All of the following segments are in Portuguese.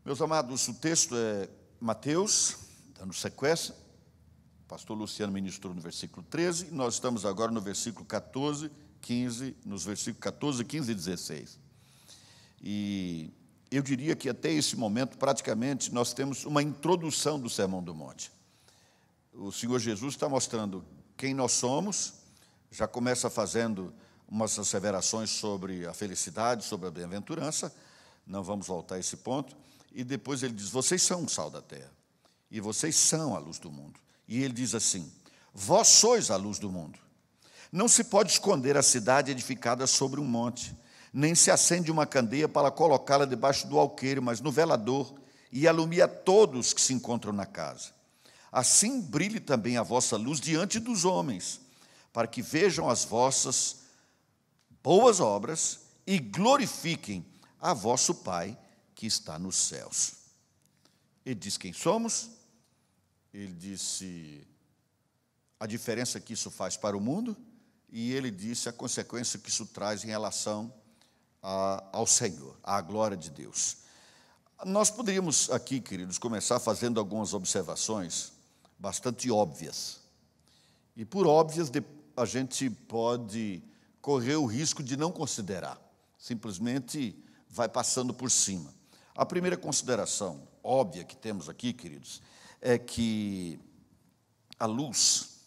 Meus amados, o texto é Mateus, dando sequência. O pastor Luciano ministrou no versículo 13, e nós estamos agora no versículo 14, 15, nos versículos 14, 15 e 16. E eu diria que até esse momento, praticamente, nós temos uma introdução do Sermão do Monte. O Senhor Jesus está mostrando quem nós somos, já começa fazendo umas asseverações sobre a felicidade, sobre a bem-aventurança, não vamos voltar a esse ponto, e depois ele diz, vocês são o sal da terra, e vocês são a luz do mundo. E ele diz assim, vós sois a luz do mundo. Não se pode esconder a cidade edificada sobre um monte, nem se acende uma candeia para colocá-la debaixo do alqueire, mas no velador, e alumia todos que se encontram na casa. Assim brilhe também a vossa luz diante dos homens, para que vejam as vossas boas obras e glorifiquem a vosso Pai que está nos céus. Ele diz quem somos, ele disse a diferença que isso faz para o mundo, e ele disse a consequência que isso traz em relação ao Senhor, à glória de Deus. Nós poderíamos aqui, queridos, começar fazendo algumas observações bastante óbvias. E por óbvias, a gente pode correr o risco de não considerar. Simplesmente vai passando por cima. A primeira consideração óbvia que temos aqui, queridos, é que a luz,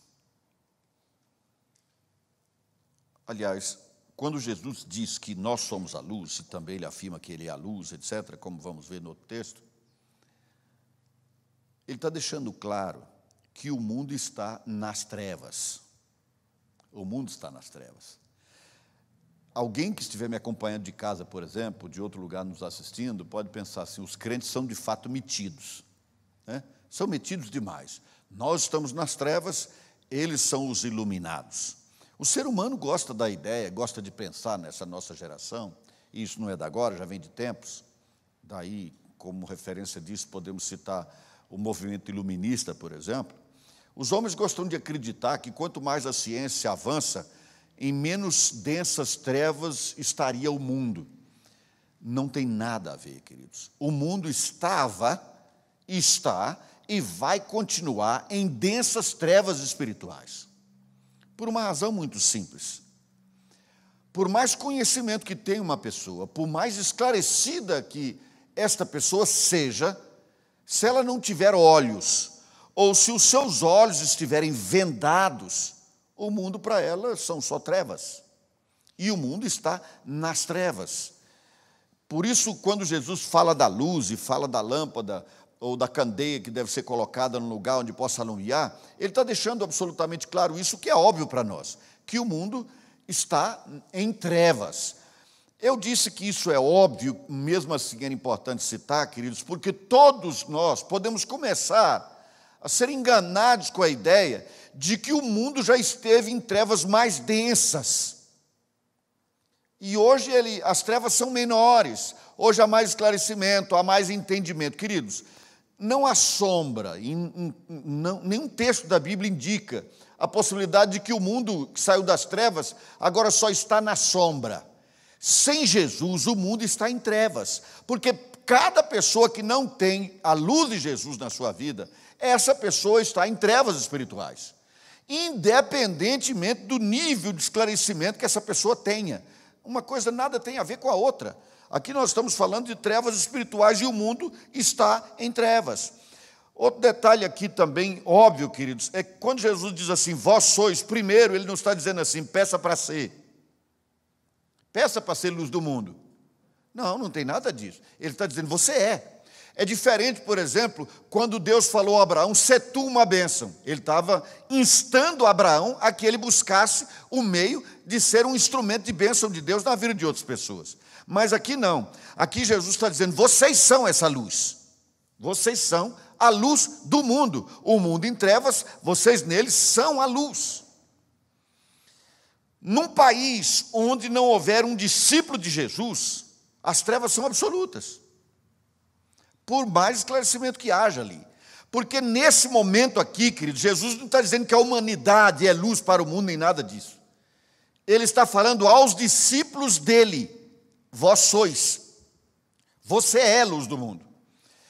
aliás, quando Jesus diz que nós somos a luz, e também ele afirma que ele é a luz, etc., como vamos ver no outro texto, ele está deixando claro que o mundo está nas trevas. O mundo está nas trevas. Alguém que estiver me acompanhando de casa, por exemplo, de outro lugar nos assistindo, pode pensar assim, os crentes são de fato metidos, né? São metidos demais. Nós estamos nas trevas, eles são os iluminados. O ser humano gosta da ideia, gosta de pensar nessa nossa geração, e isso não é de agora, já vem de tempos. Daí, como referência disso, podemos citar o movimento iluminista, por exemplo. Os homens gostam de acreditar que quanto mais a ciência avança, em menos densas trevas estaria o mundo. Não tem nada a ver, queridos. O mundo estava, está e vai continuar em densas trevas espirituais. Por uma razão muito simples. Por mais conhecimento que tenha uma pessoa, por mais esclarecida que esta pessoa seja, se ela não tiver olhos, ou se os seus olhos estiverem vendados, o mundo para ela são só trevas. E o mundo está nas trevas. Por isso, quando Jesus fala da luz e fala da lâmpada ou da candeia que deve ser colocada num lugar onde possa alumiar, ele está deixando absolutamente claro isso, que é óbvio para nós, que o mundo está em trevas. Eu disse que isso é óbvio, mesmo assim era importante citar, queridos, porque todos nós podemos começar a ser enganados com a ideia de que o mundo já esteve em trevas mais densas. E hoje as trevas são menores, hoje há mais esclarecimento, há mais entendimento. Queridos, não há sombra, nenhum texto da Bíblia indica a possibilidade de que o mundo que saiu das trevas agora só está na sombra. Sem Jesus, o mundo está em trevas, porque cada pessoa que não tem a luz de Jesus na sua vida, essa pessoa está em trevas espirituais, independentemente do nível de esclarecimento que essa pessoa tenha. Uma coisa nada tem a ver com a outra. Aqui nós estamos falando de trevas espirituais e o mundo está em trevas. Outro detalhe aqui também, óbvio, queridos, é que quando Jesus diz assim, vós sois, primeiro, ele não está dizendo assim, peça para ser. Peça para ser luz do mundo. Não, não tem nada disso. Ele está dizendo, você é. É diferente, por exemplo, quando Deus falou a Abraão, sê tu uma bênção. Ele estava instando Abraão a que ele buscasse o meio de ser um instrumento de bênção de Deus na vida de outras pessoas. Mas aqui não. Aqui Jesus está dizendo, vocês são essa luz. Vocês são a luz do mundo. O mundo em trevas, vocês neles são a luz. Num país onde não houver um discípulo de Jesus, as trevas são absolutas. Por mais esclarecimento que haja ali. Porque nesse momento aqui, querido, Jesus não está dizendo que a humanidade é luz para o mundo, nem nada disso. Ele está falando aos discípulos dele, vós sois. Você é luz do mundo.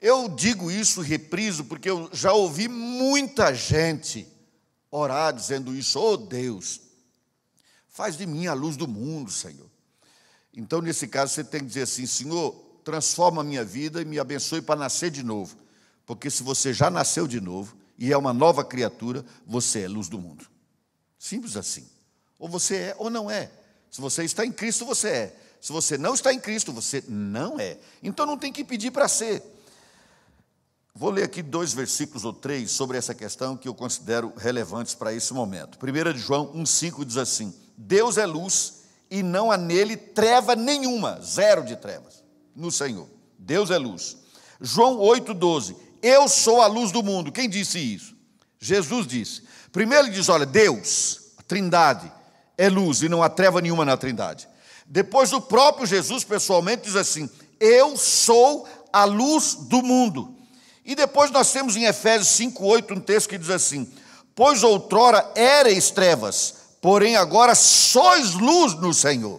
Eu digo isso, repriso, porque eu já ouvi muita gente orar dizendo isso: oh Deus, faz de mim a luz do mundo, Senhor. Então, nesse caso, você tem que dizer assim: Senhor, transforma a minha vida e me abençoe para nascer de novo. Porque se você já nasceu de novo e é uma nova criatura, você é luz do mundo. Simples assim. Ou você é ou não é. Se você está em Cristo, você é. Se você não está em Cristo, você não é. Então não tem que pedir para ser. Vou ler aqui 2 versículos ou 3 sobre essa questão que eu considero relevantes para esse momento. 1 João 1,5 diz assim: Deus é luz e não há nele treva nenhuma, zero de trevas, no Senhor. Deus é luz. João 8,12: eu sou a luz do mundo. Quem disse isso? Jesus disse. Primeiro ele diz: olha, Deus, a Trindade, é luz e não há treva nenhuma na Trindade. Depois o próprio Jesus pessoalmente diz assim: eu sou a luz do mundo. E depois nós temos em Efésios 5,8 um texto que diz assim: pois outrora éreis trevas, porém agora sois luz no Senhor.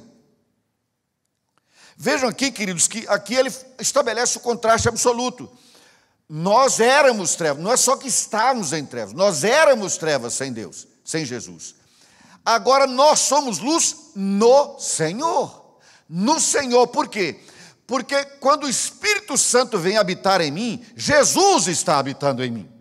Vejam aqui, queridos, que aqui ele estabelece o contraste absoluto. Nós éramos trevas, não é só que estávamos em trevas, nós éramos trevas sem Deus, sem Jesus. Agora nós somos luz no Senhor. No Senhor, por quê? Porque quando o Espírito Santo vem habitar em mim, Jesus está habitando em mim.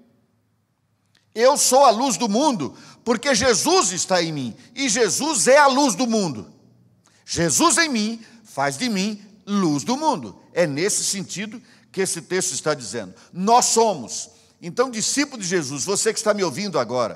Eu sou a luz do mundo, porque Jesus está em mim, e Jesus é a luz do mundo. Jesus em mim faz de mim luz do mundo. É nesse sentido que esse texto está dizendo. Nós somos. Então, discípulo de Jesus, você que está me ouvindo agora,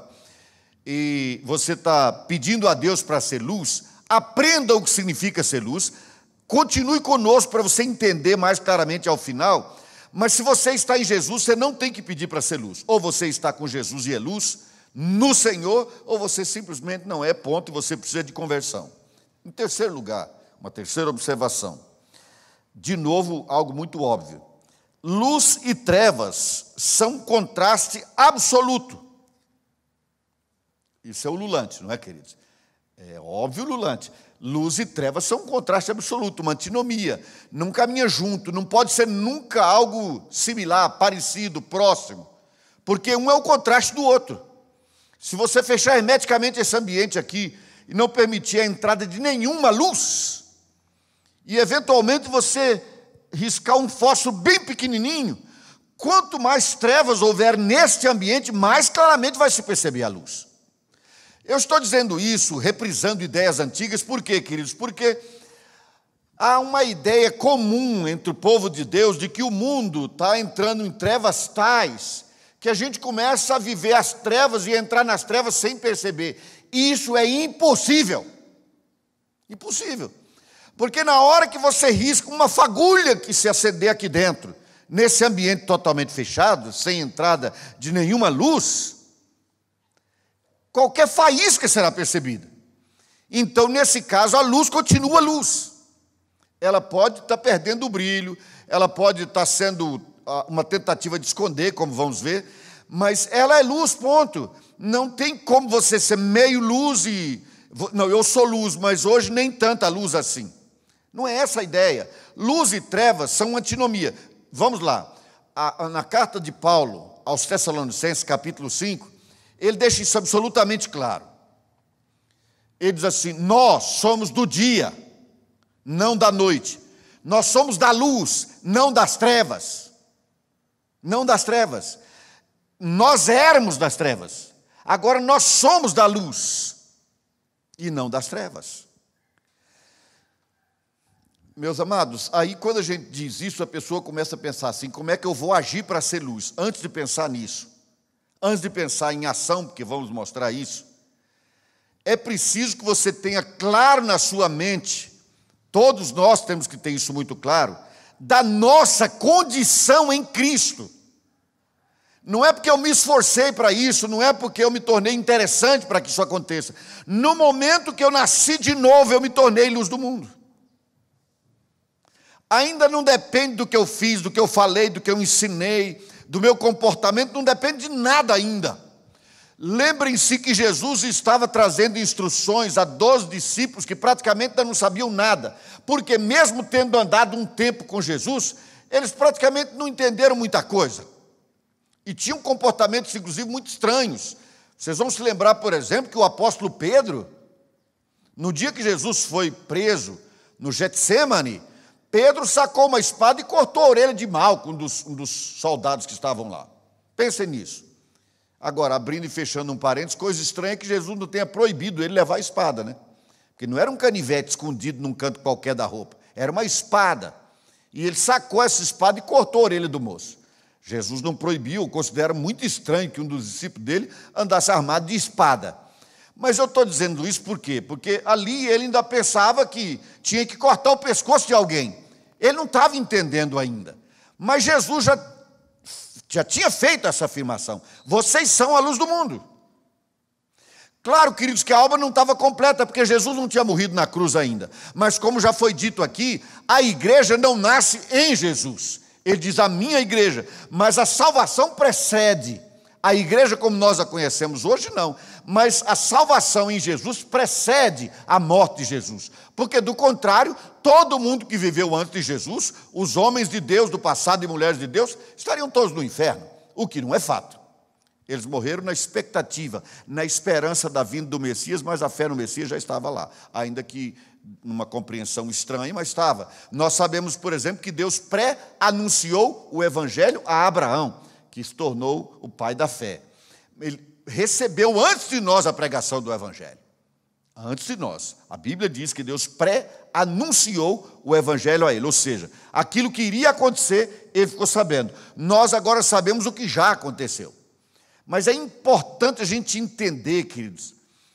e você está pedindo a Deus para ser luz, aprenda o que significa ser luz. Continue conosco para você entender mais claramente ao final. Mas se você está em Jesus, você não tem que pedir para ser luz. Ou você está com Jesus e é luz no Senhor, ou você simplesmente não é, ponto, e você precisa de conversão. Em terceiro lugar, uma terceira observação. De novo, algo muito óbvio. Luz e trevas são um contraste absoluto. Isso é o lulante, não é, queridos? É óbvio o lulante. Luz e trevas são um contraste absoluto, uma antinomia. Não caminha junto, não pode ser nunca algo similar, parecido, próximo. Porque um é o contraste do outro. Se você fechar hermeticamente esse ambiente aqui e não permitir a entrada de nenhuma luz, e eventualmente você riscar um fósforo bem pequenininho, quanto mais trevas houver neste ambiente, mais claramente vai se perceber a luz. Eu estou dizendo isso, reprisando ideias antigas, por quê, queridos? Porque há uma ideia comum entre o povo de Deus de que o mundo está entrando em trevas tais que a gente começa a viver as trevas e entrar nas trevas sem perceber. Isso é impossível. Impossível. Porque na hora que você risca uma fagulha que se acender aqui dentro, nesse ambiente totalmente fechado, sem entrada de nenhuma luz, qualquer faísca será percebida. Então, nesse caso, a luz continua luz. Ela pode estar perdendo o brilho, ela pode estar sendo uma tentativa de esconder, como vamos ver, mas ela é luz, ponto. Não tem como você ser meio luz e... Não, eu sou luz, mas hoje nem tanta luz assim. Não é essa a ideia. Luz e trevas são antinomia. Vamos lá. Na carta de Paulo aos Tessalonicenses, capítulo 5, ele deixa isso absolutamente claro. Ele diz assim: nós somos do dia, não da noite. Nós somos da luz, não das trevas. Não das trevas. Nós éramos das trevas. Agora nós somos da luz e não das trevas. Meus amados, aí quando a gente diz isso, a pessoa começa a pensar assim: como é que eu vou agir para ser luz? Antes de pensar nisso, antes de pensar em ação, porque vamos mostrar isso, é preciso que você tenha claro na sua mente, todos nós temos que ter isso muito claro, da nossa condição em Cristo. Não é porque eu me esforcei para isso, não é porque eu me tornei interessante para que isso aconteça. No momento que eu nasci de novo, eu me tornei luz do mundo. Ainda não depende do que eu fiz, do que eu falei, do que eu ensinei, do meu comportamento, não depende de nada ainda. Lembrem-se que Jesus estava trazendo instruções a 12 discípulos que praticamente ainda não sabiam nada, porque mesmo tendo andado um tempo com Jesus, eles praticamente não entenderam muita coisa. E tinham comportamentos, inclusive, muito estranhos. Vocês vão se lembrar, por exemplo, que o apóstolo Pedro, no dia que Jesus foi preso no Getsêmani, Pedro sacou uma espada e cortou a orelha de Malco, um dos soldados que estavam lá. Pensem nisso. Agora, abrindo e fechando um parênteses, coisa estranha é que Jesus não tenha proibido ele levar a espada, né? Porque não era um canivete escondido num canto qualquer da roupa, era uma espada. E ele sacou essa espada e cortou a orelha do moço. Jesus não proibiu, considera muito estranho que um dos discípulos dele andasse armado de espada. Mas eu estou dizendo isso por quê? Porque ali ele ainda pensava que tinha que cortar o pescoço de alguém. Ele não estava entendendo ainda. Mas Jesus já tinha feito essa afirmação. Vocês são a luz do mundo. Claro, queridos, que a obra não estava completa, porque Jesus não tinha morrido na cruz ainda. Mas como já foi dito aqui, a igreja não nasce em Jesus. Ele diz a minha igreja, mas a salvação precede. A igreja como nós a conhecemos hoje, não. Mas a salvação em Jesus precede a morte de Jesus. Porque, do contrário, todo mundo que viveu antes de Jesus, os homens de Deus do passado e mulheres de Deus, estariam todos no inferno, o que não é fato. Eles morreram na expectativa, na esperança da vinda do Messias, mas a fé no Messias já estava lá, ainda que numa compreensão estranha, mas estava. Nós sabemos, por exemplo, que Deus pré-anunciou o Evangelho a Abraão, que se tornou o pai da fé. Ele recebeu antes de nós a pregação do Evangelho. Antes de nós. A Bíblia diz que Deus pré-anunciou o Evangelho a ele. Ou seja, aquilo que iria acontecer, ele ficou sabendo. Nós agora sabemos o que já aconteceu. Mas é importante a gente entender, queridos,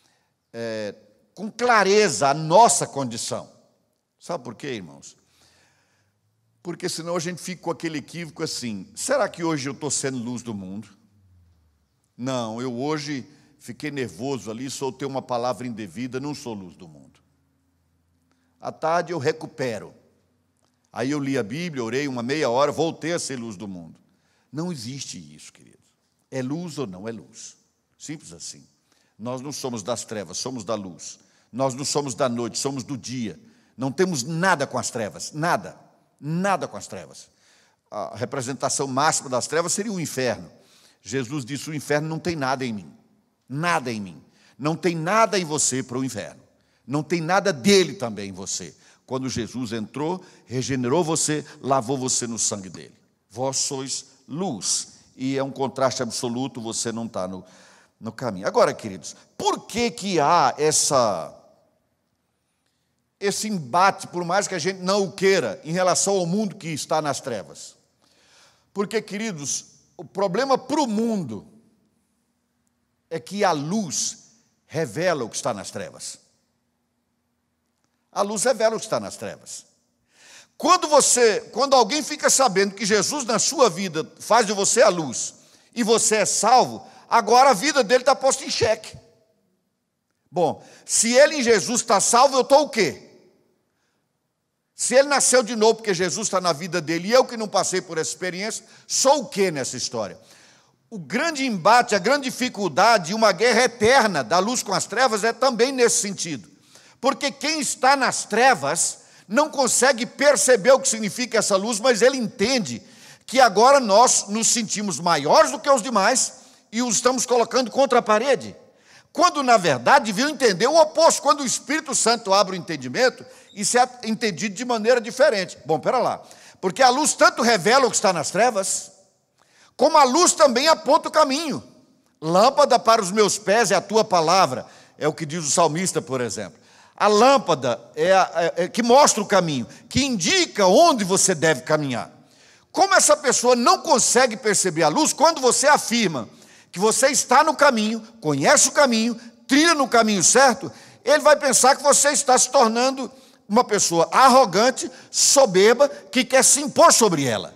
com clareza a nossa condição. Sabe por quê, irmãos? Porque senão a gente fica com aquele equívoco assim, será que hoje eu estou sendo luz do mundo? Não, eu hoje fiquei nervoso ali, soltei uma palavra indevida, não sou luz do mundo. À tarde eu recupero. Aí eu li a Bíblia, orei uma meia hora, voltei a ser luz do mundo. Não existe isso, queridos. É luz ou não é luz? Simples assim. Nós não somos das trevas, somos da luz. Nós não somos da noite, somos do dia. Não temos nada com as trevas, nada. Nada com as trevas. A representação máxima das trevas seria o inferno. Jesus disse, o inferno não tem nada em mim. Nada em mim. Não tem nada em você para o inferno. Não tem nada dele também em você. Quando Jesus entrou, regenerou você, lavou você no sangue dele. Vós sois luz. E é um contraste absoluto, você não está no caminho. Agora, queridos, por que há esse embate, por mais que a gente não o queira, em relação ao mundo que está nas trevas? Porque, queridos, o problema para o mundo é que a luz revela o que está nas trevas. A luz revela o que está nas trevas. Quando alguém fica sabendo que Jesus na sua vida faz de você a luz e você é salvo, agora a vida dele está posta em xeque. Bom, se ele em Jesus está salvo, eu estou o quê? Se ele nasceu de novo porque Jesus está na vida dele e eu que não passei por essa experiência, sou o quê nessa história? O grande embate, a grande dificuldade e uma guerra eterna da luz com as trevas é também nesse sentido. Porque quem está nas trevas não consegue perceber o que significa essa luz, mas ele entende que agora nós nos sentimos maiores do que os demais e os estamos colocando contra a parede. Quando, na verdade, deviam entender o oposto. Quando o Espírito Santo abre o entendimento, isso é entendido de maneira diferente. Bom, espera lá. Porque a luz tanto revela o que está nas trevas, como a luz também aponta o caminho. Lâmpada para os meus pés é a tua palavra, é o que diz o salmista, por exemplo. A lâmpada é que mostra o caminho, que indica onde você deve caminhar. Como essa pessoa não consegue perceber a luz, quando você afirma que você está no caminho, conhece o caminho, trilha no caminho certo, ele vai pensar que você está se tornando uma pessoa arrogante, soberba, que quer se impor sobre ela.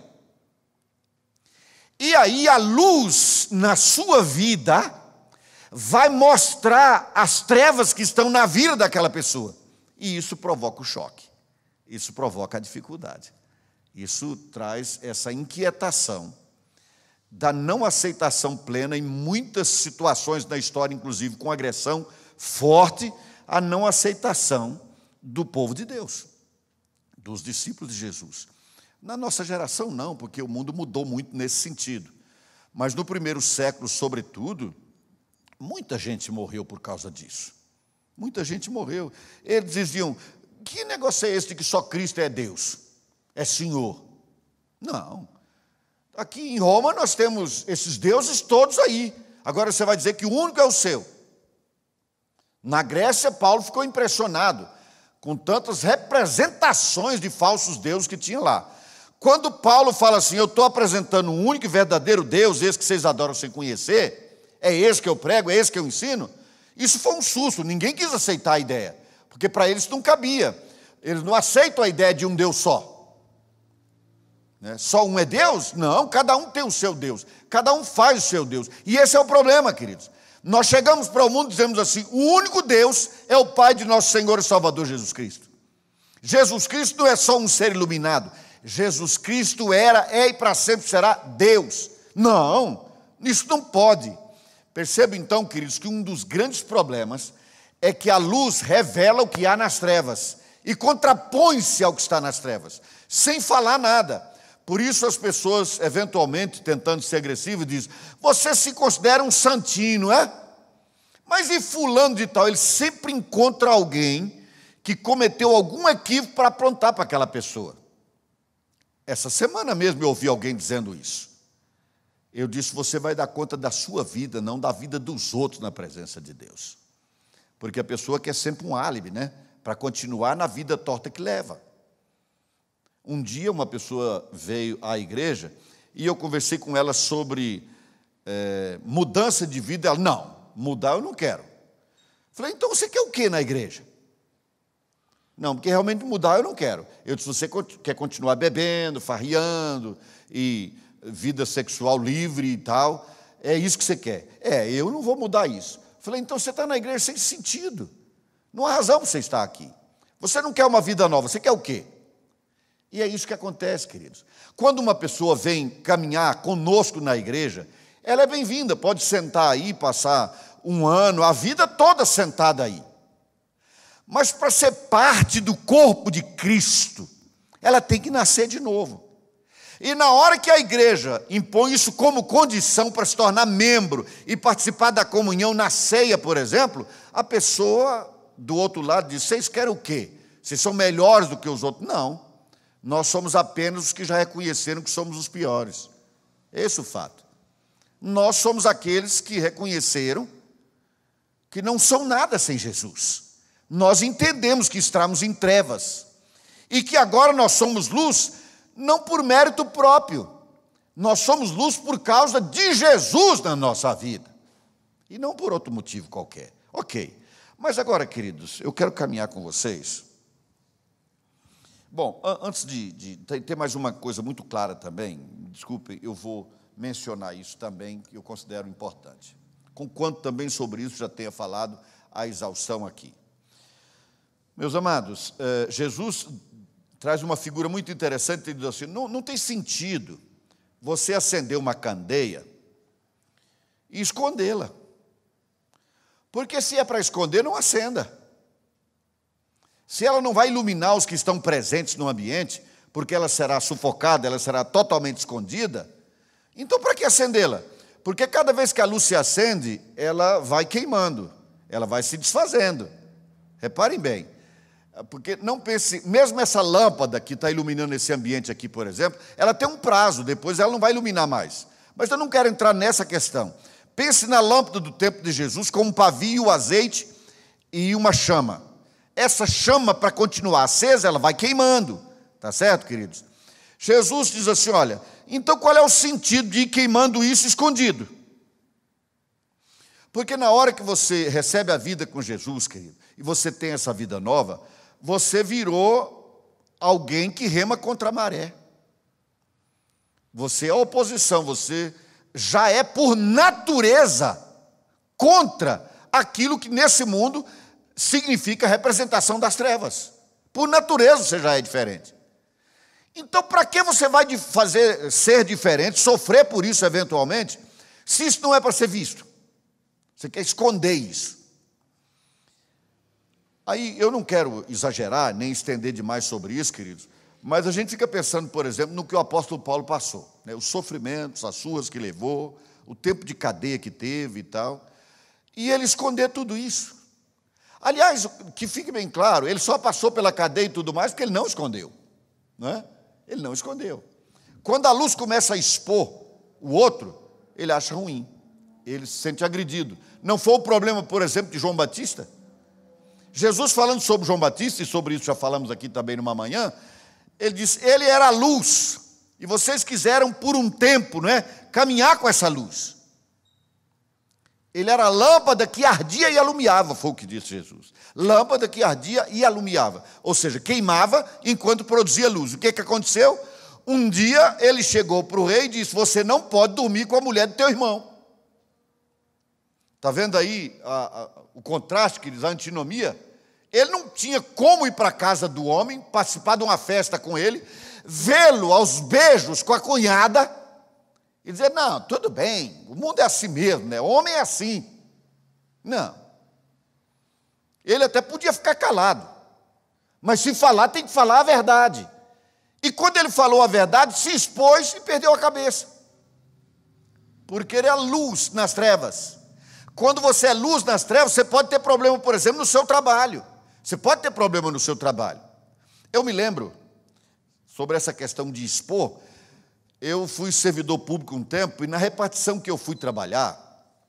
E aí a luz na sua vida vai mostrar as trevas que estão na vida daquela pessoa. E isso provoca o choque. Isso provoca a dificuldade. Isso traz essa inquietação da não aceitação plena em muitas situações da história, inclusive com agressão forte, a não aceitação do povo de Deus, dos discípulos de Jesus. Na nossa geração, não, porque o mundo mudou muito nesse sentido. Mas no primeiro século, sobretudo, muita gente morreu por causa disso. Muita gente morreu. Eles diziam, que negócio é esse de que só Cristo é Deus? É Senhor? Não. Aqui em Roma nós temos esses deuses todos aí. Agora você vai dizer que o único é o seu. Na Grécia, Paulo ficou impressionado com tantas representações de falsos deuses que tinha lá. Quando Paulo fala assim, eu estou apresentando um único e verdadeiro Deus, esse que vocês adoram sem conhecer, é esse que eu prego, é esse que eu ensino, isso foi um susto, ninguém quis aceitar a ideia, porque para eles não cabia. Eles não aceitam a ideia de um Deus só. Só um é Deus? Não, cada um tem o seu Deus, cada um faz o seu Deus. E esse é o problema, queridos. Nós chegamos para o mundo e dizemos assim, o único Deus é o Pai de nosso Senhor e Salvador Jesus Cristo. Jesus Cristo não é só um ser iluminado, Jesus Cristo era, é e para sempre será Deus. Não, isso não pode. Perceba então, queridos, que um dos grandes problemas é que a luz revela o que há nas trevas e contrapõe-se ao que está nas trevas, sem falar nada. Por isso as pessoas, eventualmente, tentando ser agressivas, dizem, você se considera um santinho, não é? Mas e fulano de tal? Ele sempre encontra alguém que cometeu algum equívoco para aprontar para aquela pessoa. Essa semana mesmo eu ouvi alguém dizendo isso. Eu disse, você vai dar conta da sua vida, não da vida dos outros na presença de Deus. Porque a pessoa quer sempre um álibi, né? Para continuar na vida torta que leva. Um dia uma pessoa veio à igreja e eu conversei com ela sobre mudança de vida. Ela, não, mudar eu não quero. Falei, então você quer o quê na igreja? Não, porque realmente mudar eu não quero. Eu disse, você quer continuar bebendo, farriando, e vida sexual livre e tal, é isso que você quer. Eu não vou mudar isso. Falei, então você está na igreja sem sentido. Não há razão para você estar aqui. Você não quer uma vida nova, você quer o quê? E é isso que acontece, queridos. Quando uma pessoa vem caminhar conosco na igreja, ela é bem-vinda, pode sentar aí, passar um ano, a vida toda sentada aí. Mas para ser parte do corpo de Cristo, ela tem que nascer de novo. E na hora que a igreja impõe isso como condição para se tornar membro e participar da comunhão na ceia, por exemplo, a pessoa do outro lado diz, vocês querem o quê? Vocês são melhores do que os outros? Não. Nós somos apenas os que já reconheceram que somos os piores. Esse é o fato. Nós somos aqueles que reconheceram que não são nada sem Jesus. Nós entendemos que estamos em trevas e que agora nós somos luz não por mérito próprio. Nós somos luz por causa de Jesus na nossa vida e não por outro motivo qualquer. Ok, mas agora, queridos, eu quero caminhar com vocês. Bom, antes de ter mais uma coisa muito clara também, desculpem, eu vou mencionar isso também, que eu considero importante. Conquanto também sobre isso já tenha falado a exaustão aqui. Meus amados, Jesus traz uma figura muito interessante, ele diz assim, não tem sentido você acender uma candeia e escondê-la. Porque se é para esconder, não acenda. Se ela não vai iluminar os que estão presentes no ambiente, porque ela será sufocada, ela será totalmente escondida, então para que acendê-la? Porque cada vez que a luz se acende, ela vai queimando, ela vai se desfazendo. Reparem bem, porque não pense, mesmo essa lâmpada que está iluminando esse ambiente aqui, por exemplo, ela tem um prazo, depois ela não vai iluminar mais. Mas eu não quero entrar nessa questão. Pense na lâmpada do tempo de Jesus com um pavio, o azeite e uma chama. Essa chama, para continuar acesa, ela vai queimando. Tá certo, queridos? Jesus diz assim, olha, então qual é o sentido de ir queimando isso escondido? Porque na hora que você recebe a vida com Jesus, querido, e você tem essa vida nova, você virou alguém que rema contra a maré. Você é a oposição, você já é por natureza contra aquilo que nesse mundo significa representação das trevas. Por natureza você já é diferente. Então, para que você vai fazer ser diferente, sofrer por isso eventualmente, se isso não é para ser visto? Você quer esconder isso. Aí, eu não quero exagerar, nem estender demais sobre isso, queridos, Mas a gente fica pensando, por exemplo, no que o apóstolo Paulo passou, né? Os sofrimentos, as surras que levou, o tempo de cadeia que teve e tal, e ele esconder tudo isso. Aliás, que fique bem claro, ele só passou pela cadeia e tudo mais porque ele não escondeu, não é? Ele não escondeu. Quando a luz começa a expor o outro, ele acha ruim, ele se sente agredido. Não foi o problema, por exemplo, de João Batista? Jesus, falando sobre João Batista, e sobre isso já falamos aqui também numa manhã, ele disse, ele era a luz, e vocês quiseram por um tempo, não é, caminhar com essa luz. Ele era a lâmpada que ardia e alumiava, foi o que disse Jesus. Lâmpada que ardia e alumiava, ou seja, queimava enquanto produzia luz. O que aconteceu? Um dia ele chegou para o rei e disse, você não pode dormir com a mulher do teu irmão. Está vendo aí o contraste, queridos, a antinomia? Ele não tinha como ir para a casa do homem, participar de uma festa com ele, vê-lo aos beijos com a cunhada e dizer, não, tudo bem, o mundo é assim mesmo, né? O homem é assim. Não. Ele até podia ficar calado, mas se falar, tem que falar a verdade. E quando ele falou a verdade, se expôs e perdeu a cabeça. Porque ele é a luz nas trevas. Quando você é luz nas trevas, você pode ter problema, por exemplo, no seu trabalho. Você pode ter problema no seu trabalho. Eu me lembro, sobre essa questão de expor, eu fui servidor público um tempo, e na repartição que eu fui trabalhar,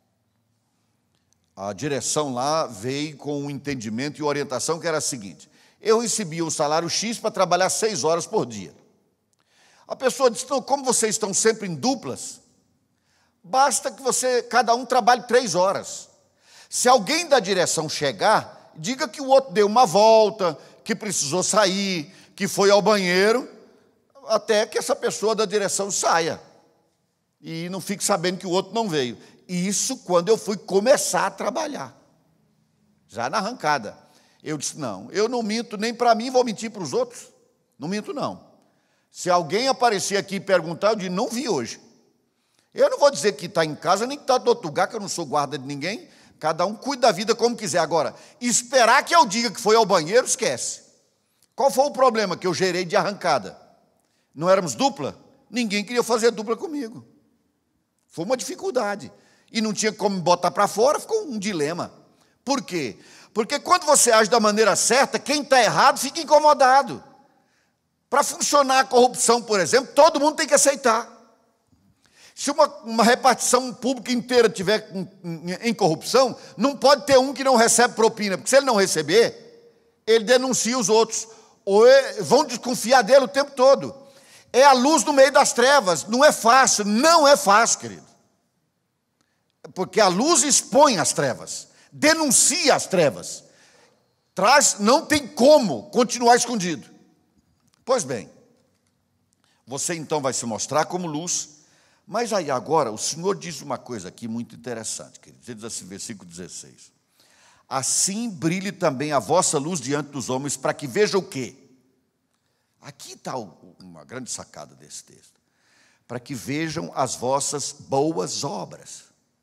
a direção lá veio com um entendimento e orientação que era a seguinte, eu recebia um salário X para trabalhar 6 horas por dia. A pessoa disse, então, como vocês estão sempre em duplas, basta que cada um trabalhe 3 horas. Se alguém da direção chegar, diga que o outro deu uma volta, que precisou sair, que foi ao banheiro, até que essa pessoa da direção saia. E não fique sabendo que o outro não veio. Isso quando eu fui começar a trabalhar. Já na arrancada. Eu disse, não, eu não minto nem para mim, vou mentir para os outros. Não minto, não. Se alguém aparecer aqui e perguntar, eu digo, não vi hoje. Eu não vou dizer que está em casa, nem que está do outro lugar, que eu não sou guarda de ninguém. Cada um cuida da vida como quiser. Agora, esperar que eu diga que foi ao banheiro, esquece. Qual foi o problema que eu gerei de arrancada? Não éramos dupla? Ninguém queria fazer dupla comigo. Foi uma dificuldade. E não tinha como me botar para fora, ficou um dilema. Por quê? Porque quando você age da maneira certa, quem está errado fica incomodado. Para funcionar a corrupção, por exemplo, todo mundo tem que aceitar. Se uma repartição pública inteira estiver em corrupção, não pode ter um que não recebe propina, porque se ele não receber, ele denuncia os outros, ou vão desconfiar dele o tempo todo. É a luz no meio das trevas, não é fácil, querido. Porque a luz expõe as trevas, denuncia as trevas, não tem como continuar escondido. Pois bem, você então vai se mostrar como luz, mas aí agora o Senhor diz uma coisa aqui muito interessante, queridos. Ele diz assim, versículo 16. Assim brilhe também a vossa luz diante dos homens, para que vejam o quê? Aqui está uma grande sacada desse texto. Para que vejam as vossas boas obras.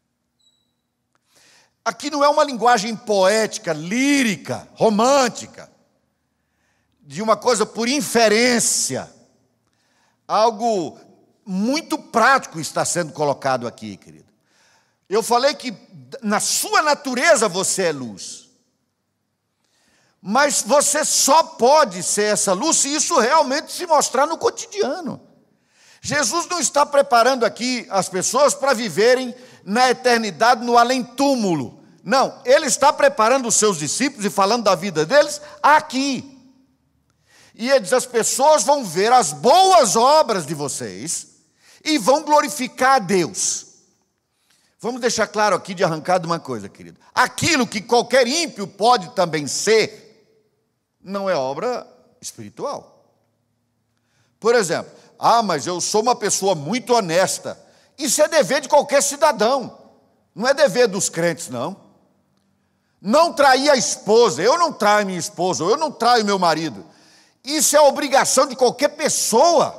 Aqui não é uma linguagem poética, lírica, romântica, de uma coisa por inferência. Algo muito prático está sendo colocado aqui, querido. Eu falei que na sua natureza você é luz. Mas você só pode ser essa luz se isso realmente se mostrar no cotidiano. Jesus não está preparando aqui as pessoas para viverem na eternidade, no além-túmulo. Não, Ele está preparando os seus discípulos e falando da vida deles aqui. E Ele diz, as pessoas vão ver as boas obras de vocês e vão glorificar a Deus. Vamos deixar claro aqui de arrancada uma coisa, querido. Aquilo que qualquer ímpio pode também ser, não é obra espiritual. Por exemplo, mas eu sou uma pessoa muito honesta. Isso é dever de qualquer cidadão. Não é dever dos crentes, não. Não trair a esposa. Eu não traio minha esposa, eu não traio meu marido. Isso é obrigação de qualquer pessoa.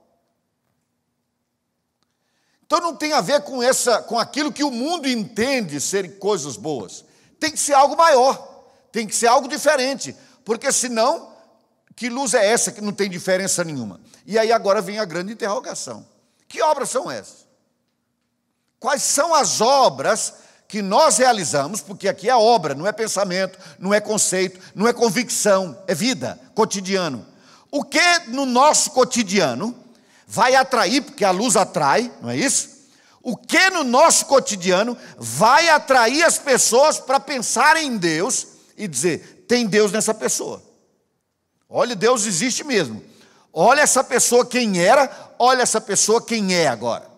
Então não tem a ver com aquilo que o mundo entende serem coisas boas. Tem que ser algo maior, tem que ser algo diferente, porque senão Que luz é essa que não tem diferença nenhuma? E aí agora vem a grande interrogação. Que obras são essas? Quais são as obras que nós realizamos? Porque aqui é obra, não é pensamento, não é conceito, não é convicção, é vida, cotidiano. O que no nosso cotidiano vai atrair, porque a luz atrai, não é isso? O que no nosso cotidiano vai atrair as pessoas para pensarem em Deus e dizer, tem Deus nessa pessoa. Olha, Deus existe mesmo. Olha essa pessoa quem era, olha essa pessoa quem é agora.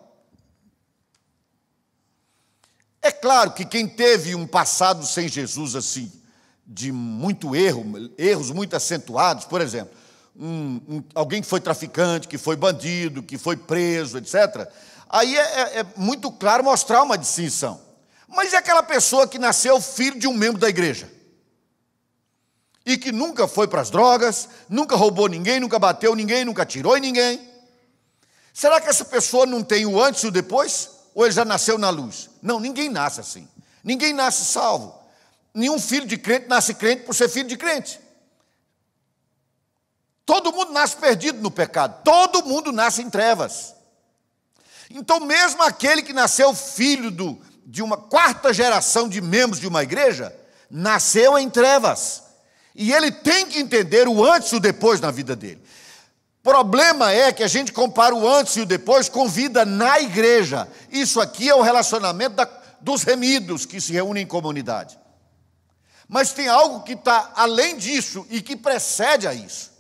É claro que quem teve um passado sem Jesus assim, de muito erros muito acentuados, por exemplo, alguém que foi traficante, que foi bandido, que foi preso, etc., aí é muito claro mostrar uma distinção. Mas é aquela pessoa que nasceu filho de um membro da igreja e que nunca foi para as drogas, nunca roubou ninguém, nunca bateu ninguém, nunca atirou em ninguém. Será que essa pessoa não tem o antes e o depois? Ou ele já nasceu na luz? Não, ninguém nasce assim. Ninguém nasce salvo. Nenhum filho de crente nasce crente por ser filho de crente. Todo mundo nasce perdido no pecado. Todo mundo nasce em trevas. Então, mesmo aquele que nasceu filho de uma quarta geração de membros de uma igreja, nasceu em trevas. E ele tem que entender o antes e o depois na vida dele. Problema é que a gente compara o antes e o depois com vida na igreja. Isso aqui é o relacionamento dos remidos que se reúnem em comunidade. Mas tem algo que está além disso e que precede a isso.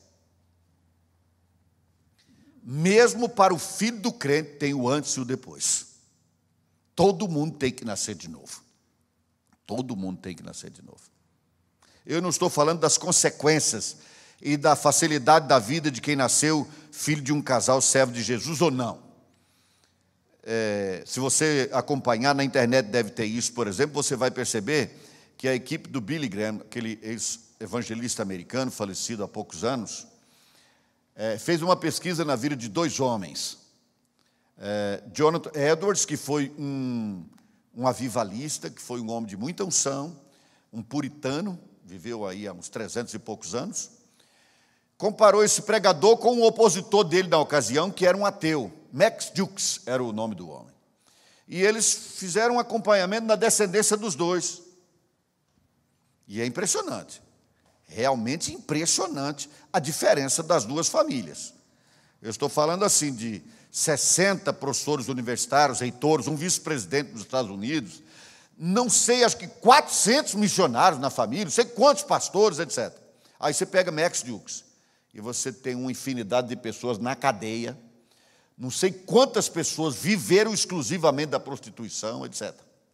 Mesmo para o filho do crente tem o antes e o depois. Todo mundo tem que nascer de novo. Todo mundo tem que nascer de novo. Eu não estou falando das consequências e da facilidade da vida de quem nasceu filho de um casal servo de Jesus ou não. Se você acompanhar na internet, deve ter isso, por exemplo, você vai perceber que a equipe do Billy Graham, aquele ex-evangelista americano, falecido há poucos anos, fez uma pesquisa na vida de dois homens. Jonathan Edwards, que foi um avivalista, que foi um homem de muita unção, um puritano, viveu aí há uns 300 e poucos anos, comparou esse pregador com um opositor dele na ocasião, que era um ateu. Max Jukes era o nome do homem. E eles fizeram um acompanhamento na descendência dos dois. E é impressionante, realmente impressionante a diferença das duas famílias. Eu estou falando assim de 60 professores universitários, reitores, um vice-presidente dos Estados Unidos, não sei, acho que 400 missionários na família, não sei quantos pastores, etc. Aí você pega Max Jukes, e você tem uma infinidade de pessoas na cadeia, não sei quantas pessoas viveram exclusivamente da prostituição, etc.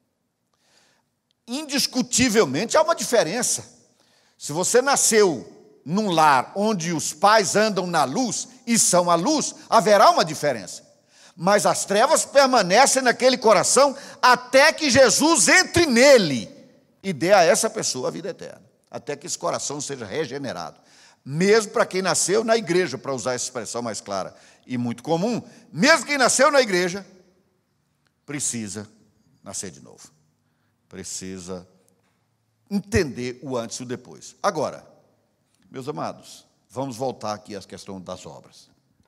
Indiscutivelmente há uma diferença. Se você nasceu num lar onde os pais andam na luz e são a luz, haverá uma diferença. Mas as trevas permanecem naquele coração até que Jesus entre nele e dê a essa pessoa a vida eterna. Até que esse coração seja regenerado. Mesmo para quem nasceu na igreja, para usar essa expressão mais clara e muito comum, mesmo quem nasceu na igreja, precisa nascer de novo. Precisa entender o antes e o depois. Agora, meus amados, vamos voltar aqui à questão das obras.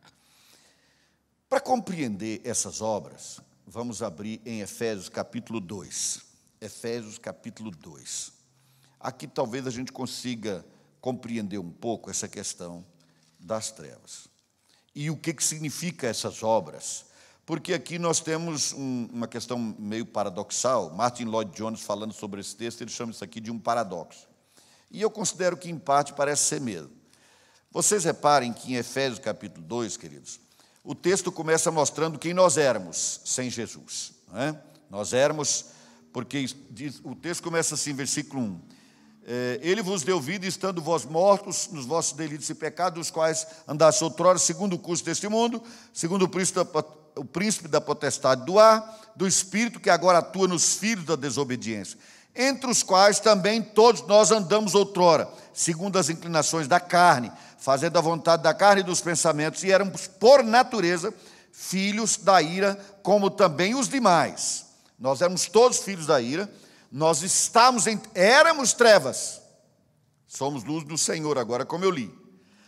Para compreender essas obras, vamos abrir em Efésios capítulo 2. Efésios capítulo 2. Aqui talvez a gente consiga compreender um pouco essa questão das trevas. E o que significa essas obras? Porque aqui nós temos uma questão meio paradoxal. Martin Lloyd Jones, falando sobre esse texto, ele chama isso aqui de um paradoxo. E eu considero que, em parte, parece ser mesmo. Vocês reparem que em Efésios capítulo 2, queridos, o texto começa mostrando quem nós éramos sem Jesus. Não é? Nós éramos, porque o texto começa assim, versículo 1. Ele vos deu vida, estando vós mortos nos vossos delitos e pecados, os quais andaste outrora, segundo o curso deste mundo, segundo o príncipe da potestade do ar, do espírito que agora atua nos filhos da desobediência, entre os quais também todos nós andamos outrora, segundo as inclinações da carne, fazendo a vontade da carne e dos pensamentos, e éramos, por natureza, filhos da ira, como também os demais. Nós éramos todos filhos da ira, nós éramos trevas, somos luz do Senhor agora, como eu li.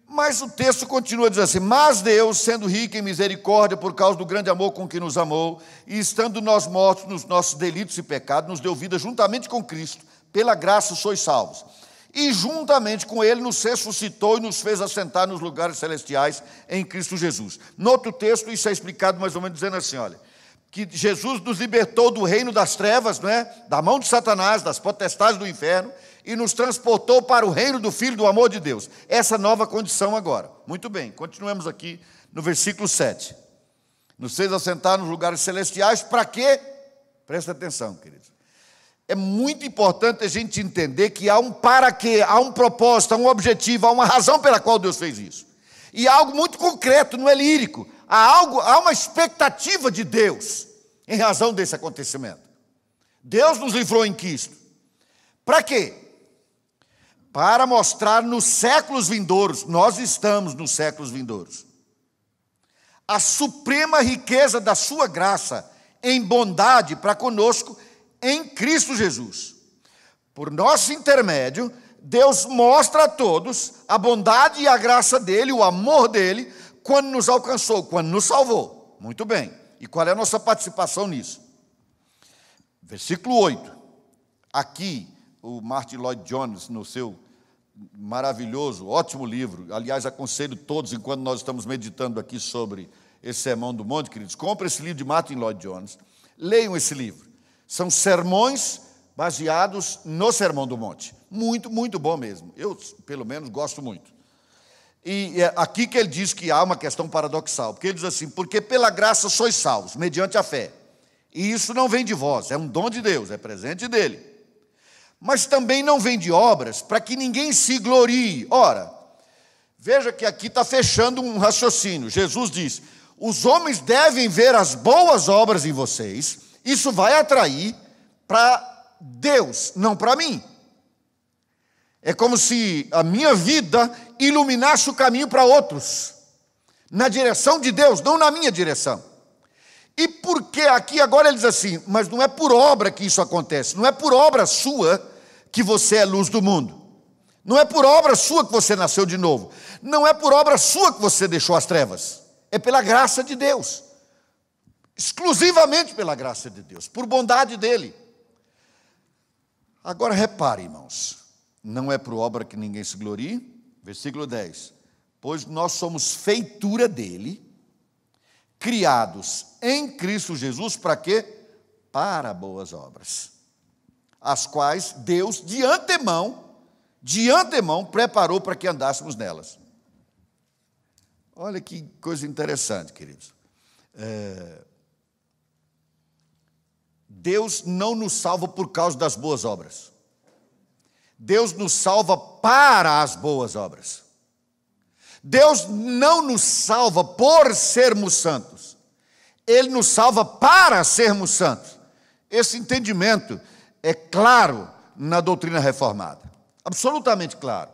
Mas o texto continua dizendo assim: mas Deus, sendo rico em misericórdia, por causa do grande amor com que nos amou, e estando nós mortos nos nossos delitos e pecados, nos deu vida juntamente com Cristo, pela graça sois salvos. E juntamente com Ele nos ressuscitou e nos fez assentar nos lugares celestiais em Cristo Jesus. No outro texto, isso é explicado mais ou menos dizendo assim, olha, que Jesus nos libertou do reino das trevas, não é? Da mão de Satanás, das potestades do inferno, e nos transportou para o reino do Filho do amor de Deus. Essa nova condição agora. Muito bem, continuamos aqui no versículo 7. Nos fez assentar nos lugares celestiais, para quê? Presta atenção, queridos. É muito importante a gente entender que há um para quê, há um propósito, há um objetivo, há uma razão pela qual Deus fez isso. E há algo muito concreto, não é lírico. Há uma expectativa de Deus em razão desse acontecimento. Deus nos livrou em Cristo. Para quê? Para mostrar nos séculos vindouros, nós estamos nos séculos vindouros, a suprema riqueza da sua graça em bondade para conosco em Cristo Jesus. Por nosso intermédio, Deus mostra a todos a bondade e a graça dele, o amor dele, quando nos alcançou, quando nos salvou. Muito bem. E qual é a nossa participação nisso? Versículo 8. Aqui, o Martin Lloyd Jones, no seu maravilhoso, ótimo livro, aliás, aconselho todos, enquanto nós estamos meditando aqui sobre esse Sermão do Monte, queridos, comprem esse livro de Martin Lloyd Jones, leiam esse livro. São sermões baseados no Sermão do Monte. Muito, muito bom mesmo. Eu, pelo menos, gosto muito. E é aqui que ele diz que há uma questão paradoxal, porque ele diz assim: porque pela graça sois salvos, mediante a fé. E isso não vem de vós, é um dom de Deus, é presente dele. Mas também não vem de obras, para que ninguém se glorie. Ora, veja que aqui está fechando um raciocínio. Jesus diz: os homens devem ver as boas obras em vocês, isso vai atrair para Deus, não para mim. É como se a minha vida iluminasse o caminho para outros, na direção de Deus, não na minha direção. E porque aqui agora ele diz assim: mas não é por obra que isso acontece, não é por obra sua que você é luz do mundo, não é por obra sua que você nasceu de novo, não é por obra sua que você deixou as trevas, é pela graça de Deus, exclusivamente pela graça de Deus, por bondade dele. Agora repare, irmãos, não é por obra que ninguém se glorie. Versículo 10, pois nós somos feitura dele, criados em Cristo Jesus, para quê? Para boas obras, as quais Deus de antemão preparou para que andássemos nelas. Olha que coisa interessante, queridos. Deus não nos salva por causa das boas obras. Deus nos salva para as boas obras. Deus não nos salva por sermos santos. Ele nos salva para sermos santos. Esse entendimento é claro na doutrina reformada. Absolutamente claro.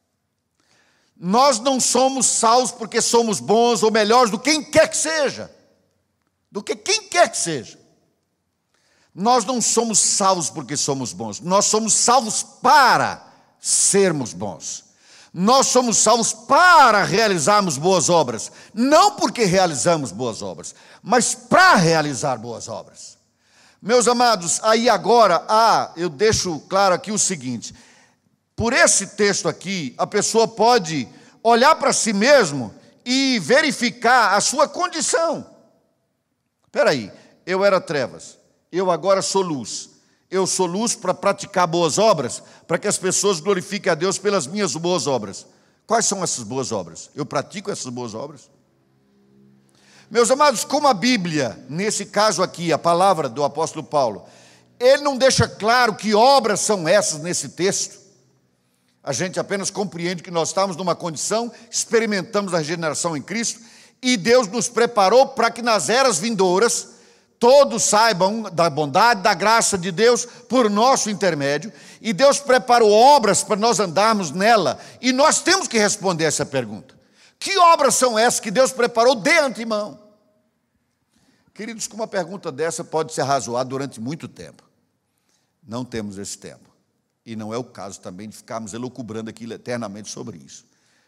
Nós não somos salvos porque somos bons ou melhores do que quem quer que seja. Do que quem quer que seja. Nós não somos salvos porque somos bons. Nós somos salvos para sermos bons. Nós somos salvos para realizarmos boas obras. Não porque realizamos boas obras, mas para realizar boas obras. Meus amados, aí agora, eu deixo claro aqui o seguinte: por esse texto aqui, a pessoa pode olhar para si mesmo e verificar a sua condição. Espera aí, eu era trevas, eu agora sou luz. Eu sou luz para praticar boas obras, para que as pessoas glorifiquem a Deus pelas minhas boas obras. Quais são essas boas obras? Eu pratico essas boas obras? Meus amados, como a Bíblia, nesse caso aqui, a palavra do apóstolo Paulo, ele não deixa claro que obras são essas nesse texto. A gente apenas compreende que nós estamos numa condição, experimentamos a regeneração em Cristo, e Deus nos preparou para que nas eras vindouras todos saibam da bondade, da graça de Deus por nosso intermédio, e Deus preparou obras para nós andarmos nela, e nós temos que responder essa pergunta: que obras são essas que Deus preparou de antemão? Queridos, com uma pergunta dessa pode se arrazoar durante muito tempo. Não temos esse tempo, e não é o caso também de ficarmos elucubrando aqui eternamente sobre isso.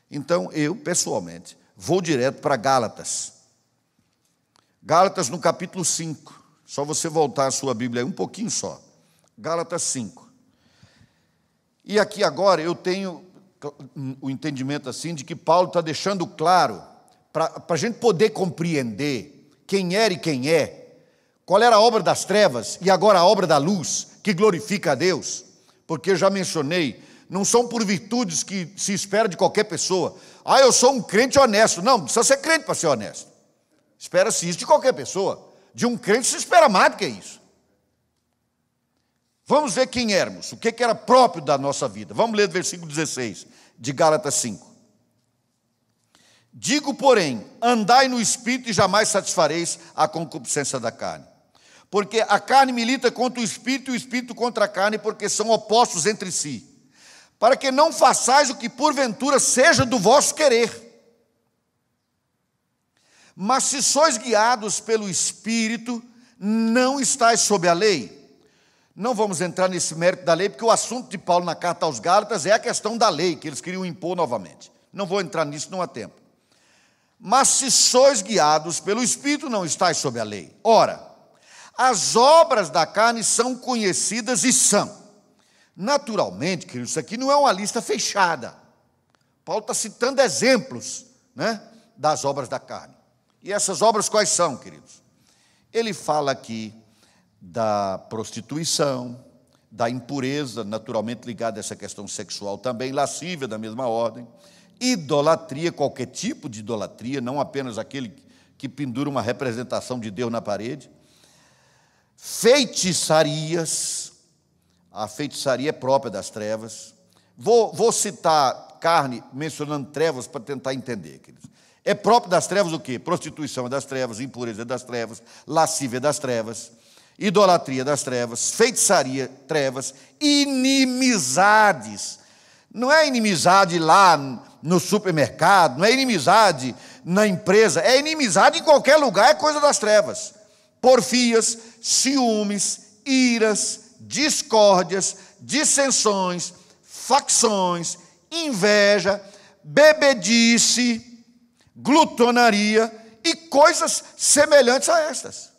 Então, eu, pessoalmente, vou direto para Gálatas. Gálatas, no capítulo 5. Só você voltar a sua Bíblia aí um pouquinho só. Gálatas 5. E aqui agora eu tenho o entendimento assim de que Paulo está deixando claro, para a gente poder compreender quem era e quem é, qual era a obra das trevas e agora a obra da luz, que glorifica a Deus. Porque eu já mencionei, não são por virtudes que se espera de qualquer pessoa. Ah, eu sou um crente honesto. Não, não precisa ser crente para ser honesto. Espera-se isso de qualquer pessoa. De um crente se espera mais do que isso. Vamos ver quem éramos, o que era próprio da nossa vida. Vamos ler o versículo 16 de Gálatas 5. Digo, porém, andai no Espírito e jamais satisfareis a concupiscência da carne. Porque a carne milita contra o Espírito e o Espírito contra a carne, porque são opostos entre si. Para que não façais o que porventura seja do vosso querer. Mas se sois guiados pelo Espírito, não estáis sob a lei. Não vamos entrar nesse mérito da lei, porque o assunto de Paulo na carta aos Gálatas é a questão da lei, que eles queriam impor novamente. Não vou entrar nisso, não há tempo. Mas se sois guiados pelo Espírito, não estáis sob a lei. Ora, as obras da carne são conhecidas e são. Naturalmente, queridos, isso aqui não é uma lista fechada. Paulo está citando exemplos, né, das obras da carne. E essas obras quais são, queridos? Ele fala aqui da prostituição, da impureza, naturalmente ligada a essa questão sexual também, lascívia da mesma ordem, idolatria, qualquer tipo de idolatria, não apenas aquele que pendura uma representação de Deus na parede, feitiçarias, a feitiçaria é própria das trevas. Vou citar carne mencionando trevas para tentar entender, queridos. É próprio das trevas o quê? Prostituição é das trevas, impureza é das trevas, lascívia é das trevas, idolatria das trevas, feitiçaria, trevas, inimizades. Não é inimizade lá no supermercado, não é inimizade na empresa, é inimizade em qualquer lugar, é coisa das trevas. Porfias, ciúmes, iras, discórdias, dissensões, facções, inveja, bebedice, glutonaria e coisas semelhantes a estas.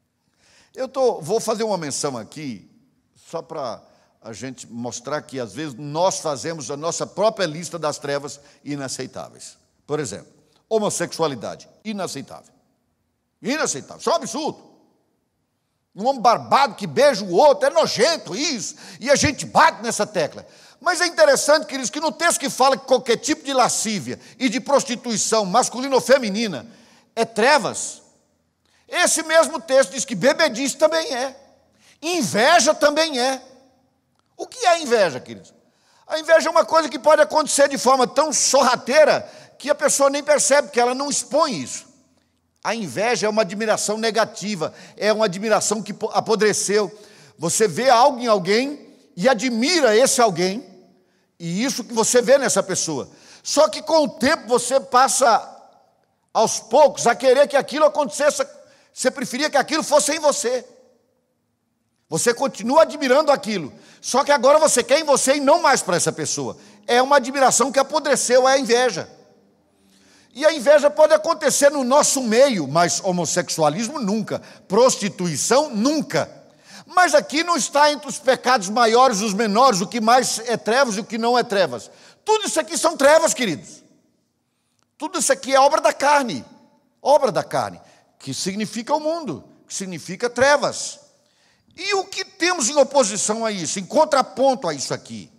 Vou fazer uma menção aqui, só para a gente mostrar que, às vezes, nós fazemos a nossa própria lista das trevas inaceitáveis. Por exemplo, homossexualidade, inaceitável. Inaceitável, isso é um absurdo. Um homem barbado que beija o outro, é nojento isso, e a gente bate nessa tecla. Mas é interessante, queridos, que no texto que fala que qualquer tipo de lascívia e de prostituição, masculina ou feminina, é trevas, esse mesmo texto diz que bebedice também é, inveja também é. O que é inveja, queridos? A inveja é uma coisa que pode acontecer de forma tão sorrateira que a pessoa nem percebe, que ela não expõe isso. A inveja é uma admiração negativa, é uma admiração que apodreceu. Você vê algo em alguém e admira esse alguém, e isso que você vê nessa pessoa. Só que com o tempo você passa, aos poucos, a querer que aquilo acontecesse, você preferia que aquilo fosse em você. Você continua admirando aquilo, só que agora você quer em você e não mais para essa pessoa. É uma admiração que apodreceu, é a inveja. E a inveja pode acontecer no nosso meio, mas homossexualismo nunca, prostituição nunca. Mas aqui não está entre os pecados maiores e os menores, o que mais é trevas e o que não é trevas. Tudo isso aqui são trevas, queridos. Tudo isso aqui é obra da carne, que significa o mundo, que significa trevas. E o que temos em oposição a isso, em contraponto a isso aqui?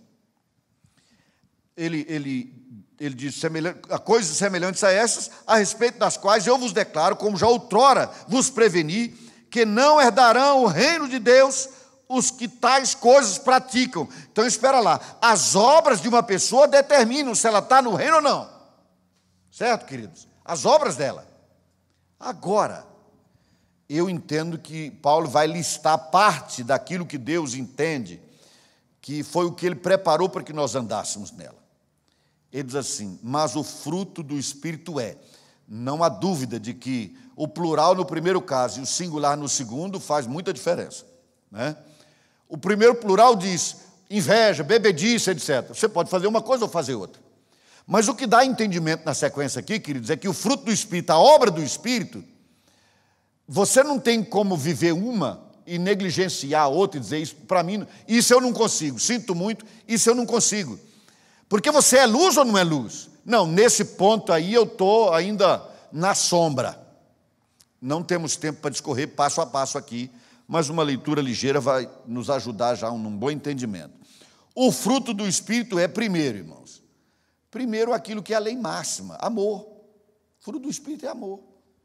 Ele diz, coisas semelhantes a essas, a respeito das quais eu vos declaro, como já outrora vos preveni, que não herdarão o reino de Deus os que tais coisas praticam. Então espera lá, as obras de uma pessoa determinam se ela está no reino ou não. Certo, queridos? As obras dela. Agora, eu entendo que Paulo vai listar parte daquilo que Deus entende, que foi o que ele preparou para que nós andássemos nela. Ele diz assim, mas o fruto do Espírito é. Não há dúvida de que o plural no primeiro caso e o singular no segundo faz muita diferença, né? O primeiro plural diz inveja, bebedice, etc. Você pode fazer uma coisa ou fazer outra. Mas o que dá entendimento na sequência aqui, queridos, é que o fruto do Espírito, a obra do Espírito, você não tem como viver uma e negligenciar a outra e dizer isso, para mim, isso eu não consigo, sinto muito, isso eu não consigo. Porque você é luz ou não é luz? Não, nesse ponto aí eu estou ainda na sombra. Não temos tempo para discorrer passo a passo aqui, mas uma leitura ligeira vai nos ajudar já num bom entendimento. O fruto do Espírito é primeiro, irmãos. Primeiro aquilo que é a lei máxima, amor. O fruto do Espírito é amor.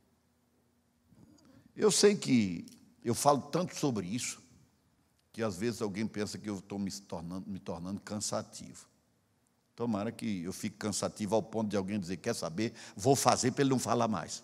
Eu sei que eu falo tanto sobre isso, que às vezes alguém pensa que eu estou me tornando cansativo. Tomara que eu fique cansativo ao ponto de alguém dizer, quer saber, vou fazer para ele não falar mais.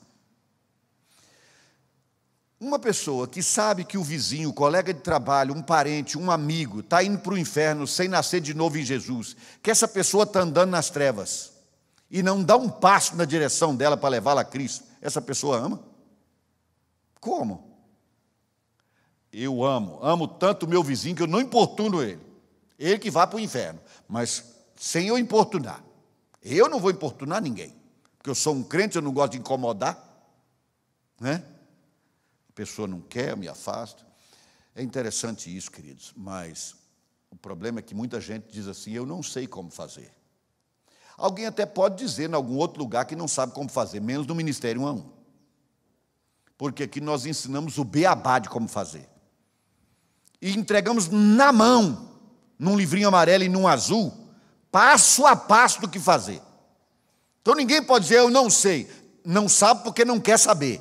Uma pessoa que sabe que o vizinho, o colega de trabalho, um parente, um amigo, está indo para o inferno sem nascer de novo em Jesus, que essa pessoa está andando nas trevas e não dá um passo na direção dela para levá-la a Cristo, essa pessoa ama? Como? Eu amo tanto o meu vizinho que eu não importuno ele que vá para o inferno, mas sem eu importunar. Eu não vou importunar ninguém, porque eu sou um crente, eu não gosto de incomodar, né? A pessoa não quer, eu me afasto. É interessante isso, queridos, mas o problema é que muita gente diz assim, eu não sei como fazer. Alguém até pode dizer em algum outro lugar que não sabe como fazer, menos no Ministério 1 a 1. Porque aqui nós ensinamos o beabá de como fazer. E entregamos na mão, num livrinho amarelo e num azul, passo a passo do que fazer. Então ninguém pode dizer, eu não sei. Não sabe porque não quer saber.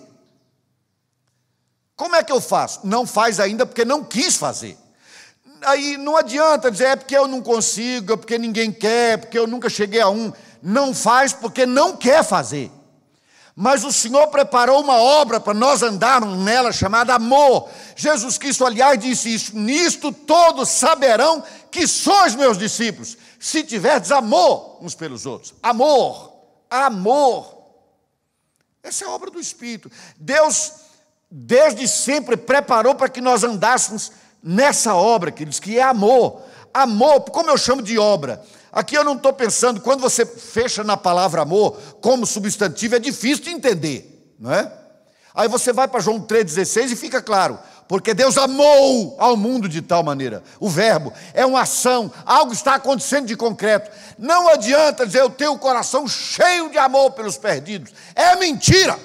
Como é que eu faço? Não faz ainda porque não quis fazer. Aí não adianta dizer, é porque eu não consigo, é porque ninguém quer, é porque eu nunca cheguei a um. Não faz porque não quer fazer. Mas o Senhor preparou uma obra para nós andarmos nela, chamada amor. Jesus Cristo, aliás, disse isso, nisto todos saberão que sois meus discípulos, se tiverdes amor uns pelos outros. Amor, amor. Essa é a obra do Espírito. Deus, desde sempre, preparou para que nós andássemos nessa obra, queridos, que é amor. Amor, como eu chamo de obra? Aqui eu não estou pensando, quando você fecha na palavra amor, como substantivo, é difícil de entender, não é? Aí você vai para João 3,16 e fica claro, porque Deus amou ao mundo de tal maneira. O verbo é uma ação, algo está acontecendo de concreto. Não adianta dizer, eu tenho o coração cheio de amor pelos perdidos. É mentira.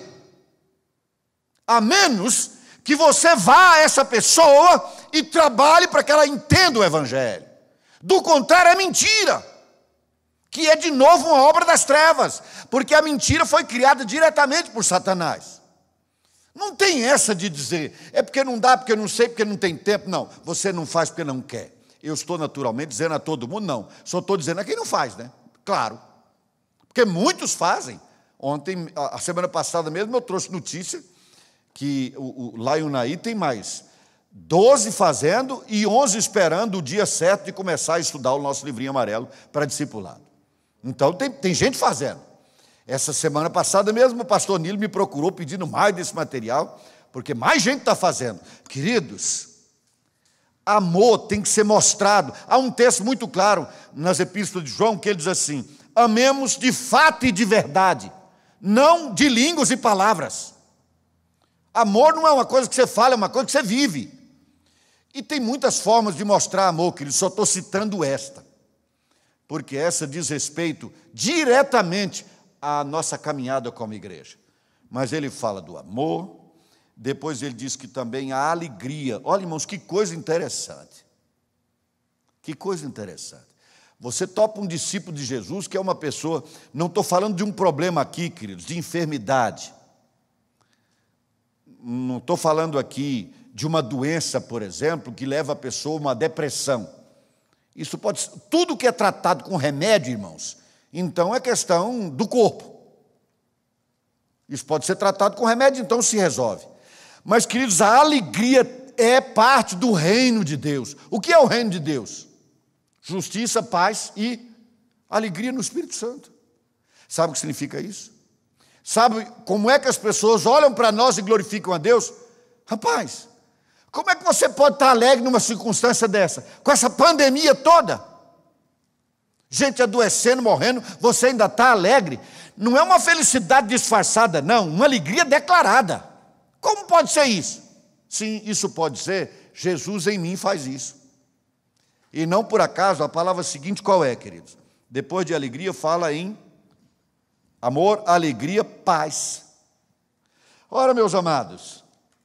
A menos que você vá a essa pessoa e trabalhe para que ela entenda o Evangelho. Do contrário, é mentira. Que é de novo uma obra das trevas, porque a mentira foi criada diretamente por Satanás. Não tem essa de dizer, é porque não dá, porque não sei, porque não tem tempo. Não, você não faz porque não quer. Eu estou naturalmente dizendo a todo mundo, não. Só estou dizendo a quem não faz, né? Claro. Porque muitos fazem. Ontem, a semana passada mesmo, eu trouxe notícia que lá em Unai tem mais 12 fazendo e 11 esperando o dia certo de começar a estudar o nosso livrinho amarelo para discipulado. Então, tem gente fazendo. Essa semana passada mesmo, o pastor Nilo me procurou pedindo mais desse material, porque mais gente está fazendo. Queridos, amor tem que ser mostrado. Há um texto muito claro nas epístolas de João, que ele diz assim, amemos de fato e de verdade, não de línguas e palavras. Amor não é uma coisa que você fala, é uma coisa que você vive. E tem muitas formas de mostrar amor, queridos, só estou citando esta. Porque essa diz respeito diretamente à nossa caminhada como igreja. Mas ele fala do amor, depois ele diz que também a alegria. Olha, irmãos, que coisa interessante. Que coisa interessante. Você topa um discípulo de Jesus, que é uma pessoa, não estou falando de um problema aqui, queridos, de enfermidade. Não estou falando aqui de uma doença, por exemplo, que leva a pessoa a uma depressão. Isso pode ser, tudo que é tratado com remédio, irmãos, então é questão do corpo. Isso pode ser tratado com remédio, então se resolve. Mas, queridos, a alegria é parte do reino de Deus. O que é o reino de Deus? Justiça, paz e alegria no Espírito Santo. Sabe o que significa isso? Sabe como é que as pessoas olham para nós e glorificam a Deus? Rapaz, como é que você pode estar alegre numa circunstância dessa? Com essa pandemia toda? gente adoecendo, morrendo, você ainda está alegre. Não é uma felicidade disfarçada, não, uma alegria declarada. Como pode ser isso? Sim, isso pode ser, Jesus em mim faz isso. E não por acaso, a palavra seguinte qual é, queridos? Depois de alegria, fala em amor, alegria, paz. Ora, meus amados,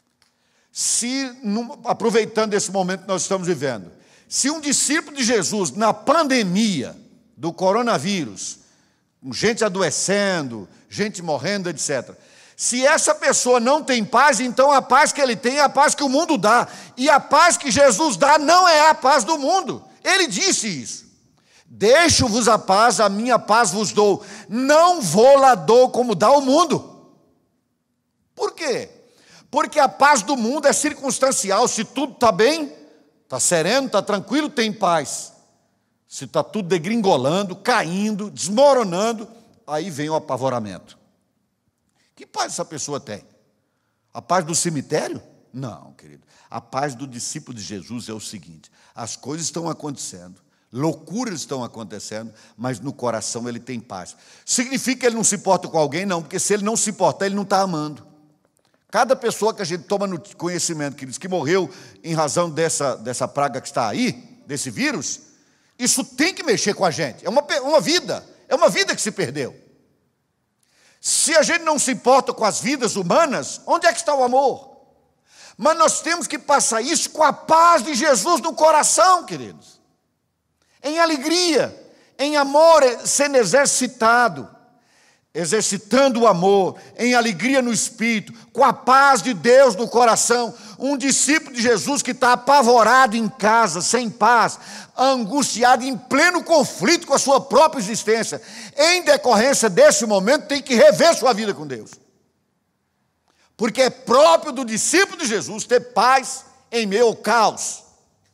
aproveitando esse momento que nós estamos vivendo, se um discípulo de Jesus, na pandemia do coronavírus, gente adoecendo, gente morrendo, etc., se essa pessoa não tem paz, então a paz que ele tem é a paz que o mundo dá. E a paz que Jesus dá não é a paz do mundo. Ele disse isso. Deixo-vos a minha paz vos dou. Não vou lá dou como dá o mundo. Por quê? Porque a paz do mundo é circunstancial. Se tudo está bem, está sereno, está tranquilo, tem paz. Se está tudo degringolando, caindo, desmoronando, aí vem o apavoramento. Que paz essa pessoa tem? A paz do cemitério? Não, querido. A paz do discípulo de Jesus é o seguinte: as coisas estão acontecendo, loucuras estão acontecendo, mas no coração ele tem paz. Significa que ele não se importa com alguém? Não, porque se ele não se importar, ele não está amando. Cada pessoa que a gente toma no conhecimento, queridos, que morreu em razão dessa praga que está aí, desse vírus, isso tem que mexer com a gente. É uma vida que se perdeu. Se a gente não se importa com as vidas humanas, onde é que está o amor? Mas nós temos que passar isso com a paz de Jesus no coração, queridos. Em alegria, em amor sendo exercitado, exercitando o amor, em alegria no espírito, com a paz de Deus no coração. Um discípulo de Jesus que está apavorado em casa, sem paz, angustiado, em pleno conflito com a sua própria existência, em decorrência desse momento, tem que rever sua vida com Deus. Porque é próprio do discípulo de Jesus ter paz em meio ao caos.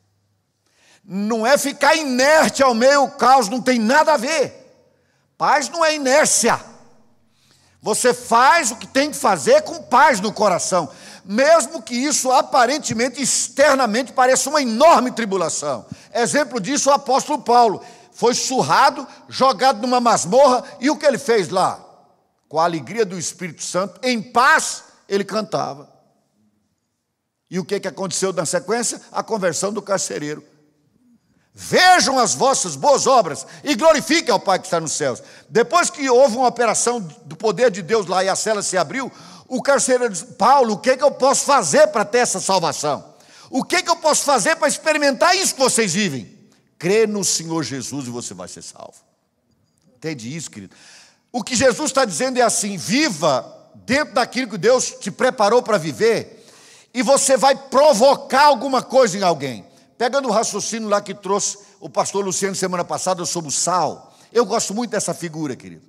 Não é ficar inerte ao meio do caos, não tem nada a ver. Paz não é inércia. Você faz o que tem que fazer com paz no coração, mesmo que isso aparentemente, externamente, pareça uma enorme tribulação. Exemplo disso, o apóstolo Paulo foi surrado, jogado numa masmorra, e o que ele fez lá? Com a alegria do Espírito Santo, em paz, ele cantava. E o que aconteceu na sequência? A conversão do carcereiro. Vejam as vossas boas obras e glorifiquem ao Pai que está nos céus. Depois que houve uma operação do poder de Deus lá e a cela se abriu, o carcereiro disse: Paulo, o que eu posso fazer para ter essa salvação? O que eu posso fazer para experimentar isso que vocês vivem? Crê no Senhor Jesus e você vai ser salvo. Entende isso, querido? O que Jesus está dizendo é assim: viva dentro daquilo que Deus te preparou para viver, e você vai provocar alguma coisa em alguém. Pegando o raciocínio lá que trouxe o pastor Luciano semana passada sobre o sal. Eu gosto muito dessa figura, querido.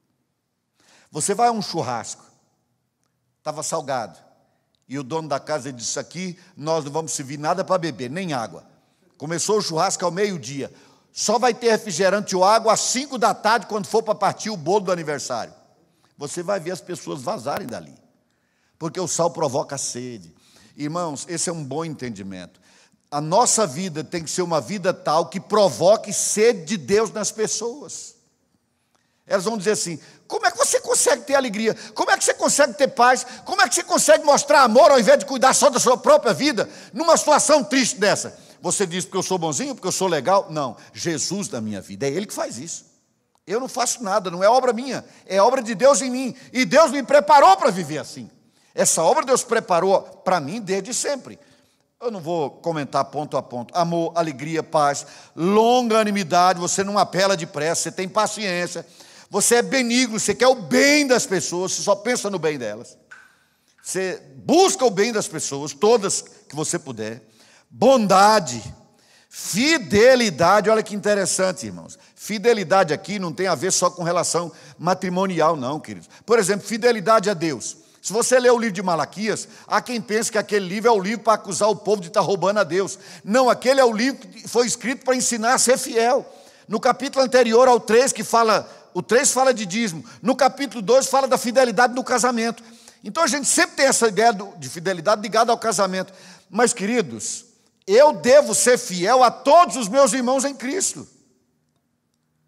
Você vai a um churrasco, estava salgado, e o dono da casa disse: aqui nós não vamos servir nada para beber, nem água. Começou o churrasco ao meio-dia, só vai ter refrigerante ou água às 5 da tarde, quando for para partir o bolo do aniversário. Você vai ver as pessoas vazarem dali, porque o sal provoca sede. Irmãos, esse é um bom entendimento. A nossa vida tem que ser uma vida tal que provoque sede de Deus nas pessoas. Elas vão dizer assim: como é que você consegue ter alegria? Como é que você consegue ter paz? Como é que você consegue mostrar amor ao invés de cuidar só da sua própria vida numa situação triste dessa? Você diz porque eu sou bonzinho, porque eu sou legal? Não, Jesus na minha vida, é Ele que faz isso. Eu não faço nada, não é obra minha, é obra de Deus em mim. E Deus me preparou para viver assim. Essa obra Deus preparou para mim desde sempre. Eu não vou comentar ponto a ponto. Amor, alegria, paz, longanimidade. Você não apela depressa, você tem paciência. Você é benigno, você quer o bem das pessoas, você só pensa no bem delas. Você busca o bem das pessoas, todas que você puder. Bondade, fidelidade. Olha que interessante, irmãos. Fidelidade aqui não tem a ver só com relação matrimonial, não, queridos. Por exemplo, fidelidade a Deus. Se você ler o livro de Malaquias, há quem pense que aquele livro é o livro para acusar o povo de estar roubando a Deus. Não, aquele é o livro que foi escrito para ensinar a ser fiel. No capítulo anterior ao 3, o 3 fala de dízimo. No capítulo 2 fala da fidelidade no casamento. Então a gente sempre tem essa ideia de fidelidade ligada ao casamento. Mas, queridos, eu devo ser fiel a todos os meus irmãos em Cristo.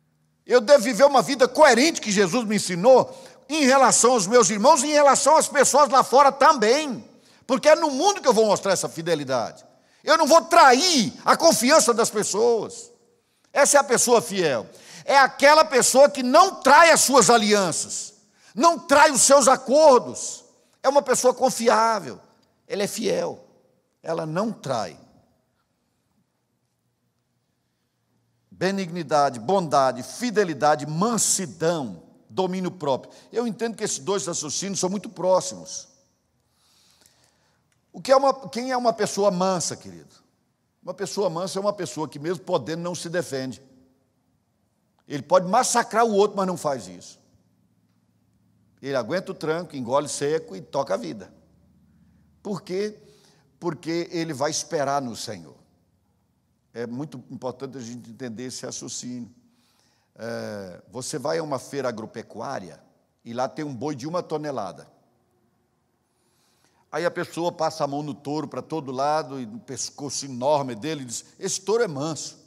Eu devo viver uma vida coerente que Jesus me ensinou em relação aos meus irmãos e em relação às pessoas lá fora também. Porque é no mundo que eu vou mostrar essa fidelidade. Eu não vou trair a confiança das pessoas. Essa é a pessoa fiel. É aquela pessoa que não trai as suas alianças, não trai os seus acordos. É uma pessoa confiável. Ela é fiel. Ela não trai. Benignidade, bondade, fidelidade, mansidão, domínio próprio. Eu entendo que esses dois raciocínios são muito próximos. Quem é uma pessoa mansa, querido? Uma pessoa mansa é uma pessoa que, mesmo podendo, não se defende. Ele pode massacrar o outro, mas não faz isso. Ele aguenta o tranco, engole seco e toca a vida. Por quê? Porque ele vai esperar no Senhor. É muito importante a gente entender esse raciocínio. Você vai a uma feira agropecuária e lá tem um boi de 1 tonelada. Aí a pessoa passa a mão no touro para todo lado, e no pescoço enorme dele, e diz: esse touro é manso.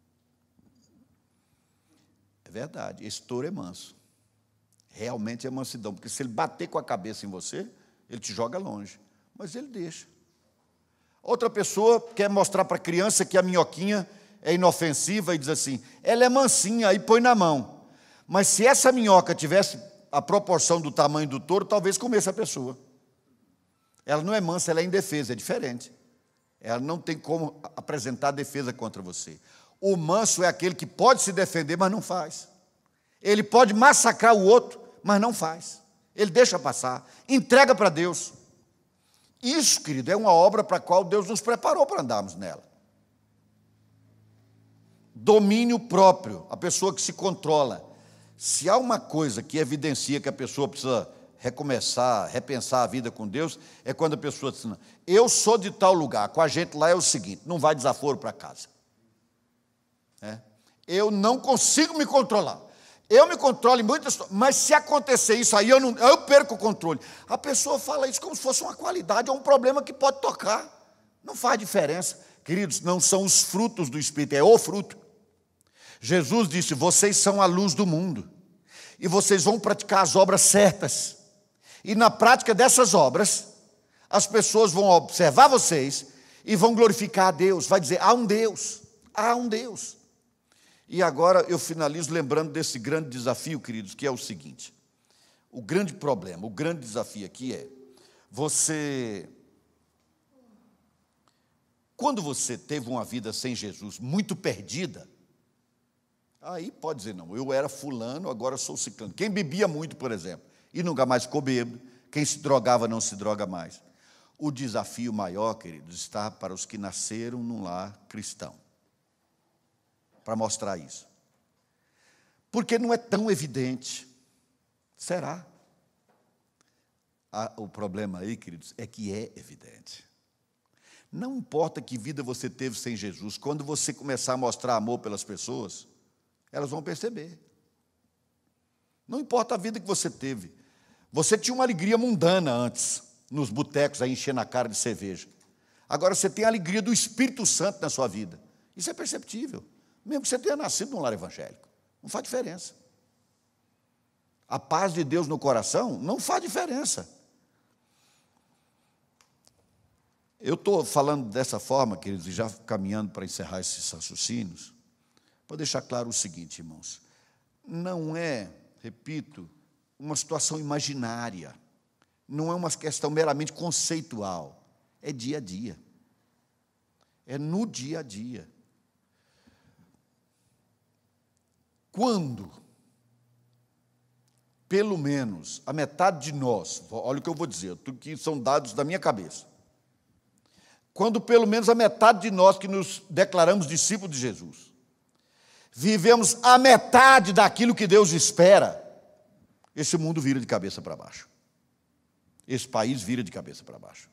É verdade, esse touro é manso. Realmente é mansidão, porque se ele bater com a cabeça em você, ele te joga longe. Mas ele deixa. Outra pessoa quer mostrar para a criança que a minhoquinha é inofensiva e diz assim: ela é mansinha, aí põe na mão. Mas se essa minhoca tivesse a proporção do tamanho do touro, talvez comesse a pessoa. Ela não é mansa, ela é indefesa, é diferente. Ela não tem como apresentar defesa contra você. O manso é aquele que pode se defender, mas não faz. Ele pode massacrar o outro, mas não faz. Ele deixa passar, entrega para Deus. Isso, querido, é uma obra para a qual Deus nos preparou para andarmos nela. Domínio próprio, a pessoa que se controla. Se há uma coisa que evidencia que a pessoa precisa recomeçar, repensar a vida com Deus, é quando a pessoa diz: eu sou de tal lugar, com a gente lá é o seguinte, não vai desaforo para casa. Eu não consigo me controlar. Eu me controlo em muitas coisas, mas se acontecer isso aí, eu perco o controle. A pessoa fala isso como se fosse uma qualidade ou um problema que pode tocar. Não faz diferença. Queridos, não são os frutos do Espírito, é o fruto. Jesus disse: vocês são a luz do mundo, e vocês vão praticar as obras certas. E na prática dessas obras, as pessoas vão observar vocês e vão glorificar a Deus. Vai dizer: há um Deus, há um Deus. E agora eu finalizo lembrando desse grande desafio, queridos, que é o seguinte: o grande problema, o grande desafio aqui é, quando você teve uma vida sem Jesus muito perdida, aí pode dizer: não, eu era fulano, agora sou ciclano. Quem bebia muito, por exemplo, e nunca mais ficou bêbado, quem se drogava não se droga mais. O desafio maior, queridos, está para os que nasceram num lar cristão, para mostrar isso. Porque não é tão evidente. Será? O problema aí, queridos, é que é evidente. Não importa que vida você teve sem Jesus, quando você começar a mostrar amor pelas pessoas, elas vão perceber. Não importa a vida que você teve. Você tinha uma alegria mundana antes, nos botecos, aí enchendo a cara de cerveja. Agora você tem a alegria do Espírito Santo na sua vida. Isso é perceptível. Mesmo que você tenha nascido num lar evangélico. Não faz diferença. A paz de Deus no coração não faz diferença. Eu estou falando dessa forma, queridos, e já caminhando para encerrar esses raciocínios, para deixar claro o seguinte, irmãos: não é, repito, uma situação imaginária, não é uma questão meramente conceitual, é dia a dia, é no dia a dia. Quando, pelo menos, a metade de nós, olha o que eu vou dizer, tudo que são dados da minha cabeça, quando pelo menos a metade de nós que nos declaramos discípulos de Jesus, vivemos a metade daquilo que Deus espera, esse mundo vira de cabeça para baixo. Esse país vira de cabeça para baixo.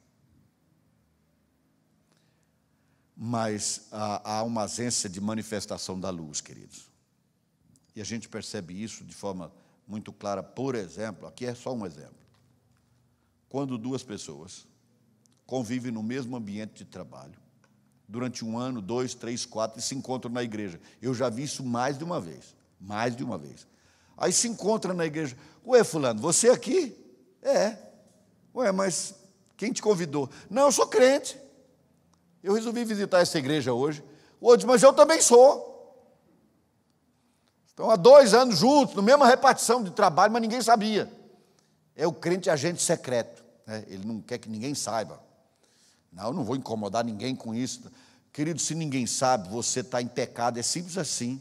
Mas há uma ausência de manifestação da luz, queridos. E a gente percebe isso de forma muito clara. Por exemplo, aqui é só um exemplo. Quando duas pessoas convivem no mesmo ambiente de trabalho, durante 1 ano, 2, 3, 4, e se encontram na igreja. Eu já vi isso mais de uma vez. Mais de uma vez. Aí se encontra na igreja. Ué, fulano, você aqui? É. Ué, mas quem te convidou? Não, eu sou crente. Eu resolvi visitar essa igreja hoje. O outro diz, mas eu também sou. Estão há 2 anos juntos, na mesma repartição de trabalho, mas ninguém sabia. É o crente agente secreto. Né? Ele não quer que ninguém saiba. Não, eu não vou incomodar ninguém com isso. Querido, se ninguém sabe, você está em pecado. É simples assim.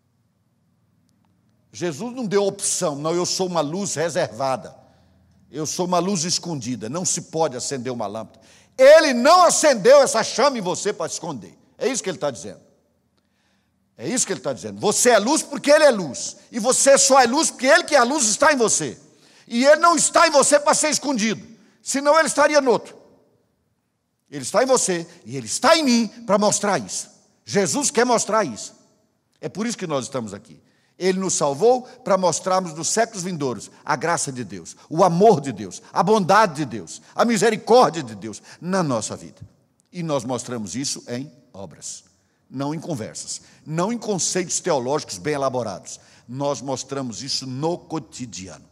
Jesus não deu opção. Não, eu sou uma luz reservada. Eu sou uma luz escondida. Não se pode acender uma lâmpada. Ele não acendeu essa chama em você para esconder. É isso que ele está dizendo. É isso que ele está dizendo. Você é luz porque ele é luz. E você só é luz porque ele que é a luz está em você. E ele não está em você para ser escondido. Senão ele estaria no outro. Ele está em você e ele está em mim para mostrar isso. Jesus quer mostrar isso. É por isso que nós estamos aqui. Ele nos salvou para mostrarmos nos séculos vindouros a graça de Deus, o amor de Deus, a bondade de Deus, a misericórdia de Deus na nossa vida. E nós mostramos isso em obras, não em conversas, não em conceitos teológicos bem elaborados. Nós mostramos isso no cotidiano.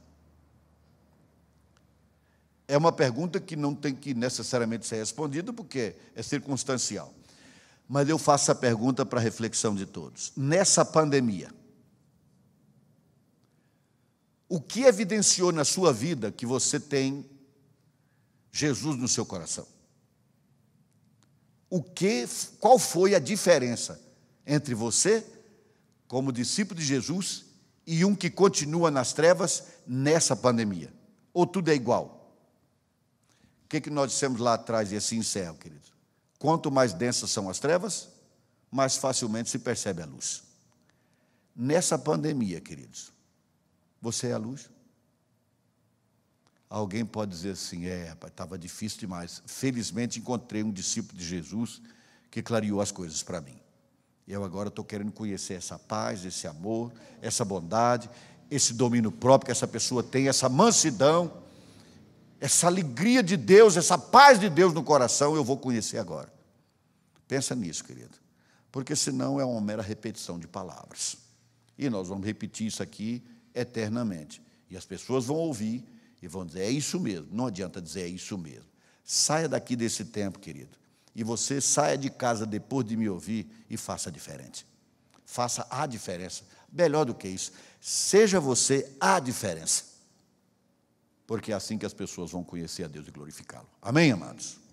É uma pergunta que não tem que necessariamente ser respondida, porque é circunstancial. Mas eu faço a pergunta para a reflexão de todos. Nessa pandemia, o que evidenciou na sua vida que você tem Jesus no seu coração? Qual foi a diferença entre você, como discípulo de Jesus, e um que continua nas trevas nessa pandemia? Ou tudo é igual? O que nós dissemos lá atrás, e assim encerro, querido? Quanto mais densas são as trevas, mais facilmente se percebe a luz. Nessa pandemia, queridos, você é a luz? Alguém pode dizer assim, rapaz, estava difícil demais. Felizmente encontrei um discípulo de Jesus que clareou as coisas para mim. Eu agora estou querendo conhecer essa paz, esse amor, essa bondade, esse domínio próprio que essa pessoa tem, essa mansidão, essa alegria de Deus, essa paz de Deus no coração, eu vou conhecer agora. Pensa nisso, querido. Porque senão é uma mera repetição de palavras. E nós vamos repetir isso aqui eternamente. E as pessoas vão ouvir e vão dizer, é isso mesmo. Não adianta dizer, é isso mesmo. Saia daqui desse tempo, querido. E você saia de casa depois de me ouvir e faça diferente. Faça a diferença. Melhor do que isso, seja você a diferença. Porque é assim que as pessoas vão conhecer a Deus e glorificá-lo. Amém, amados?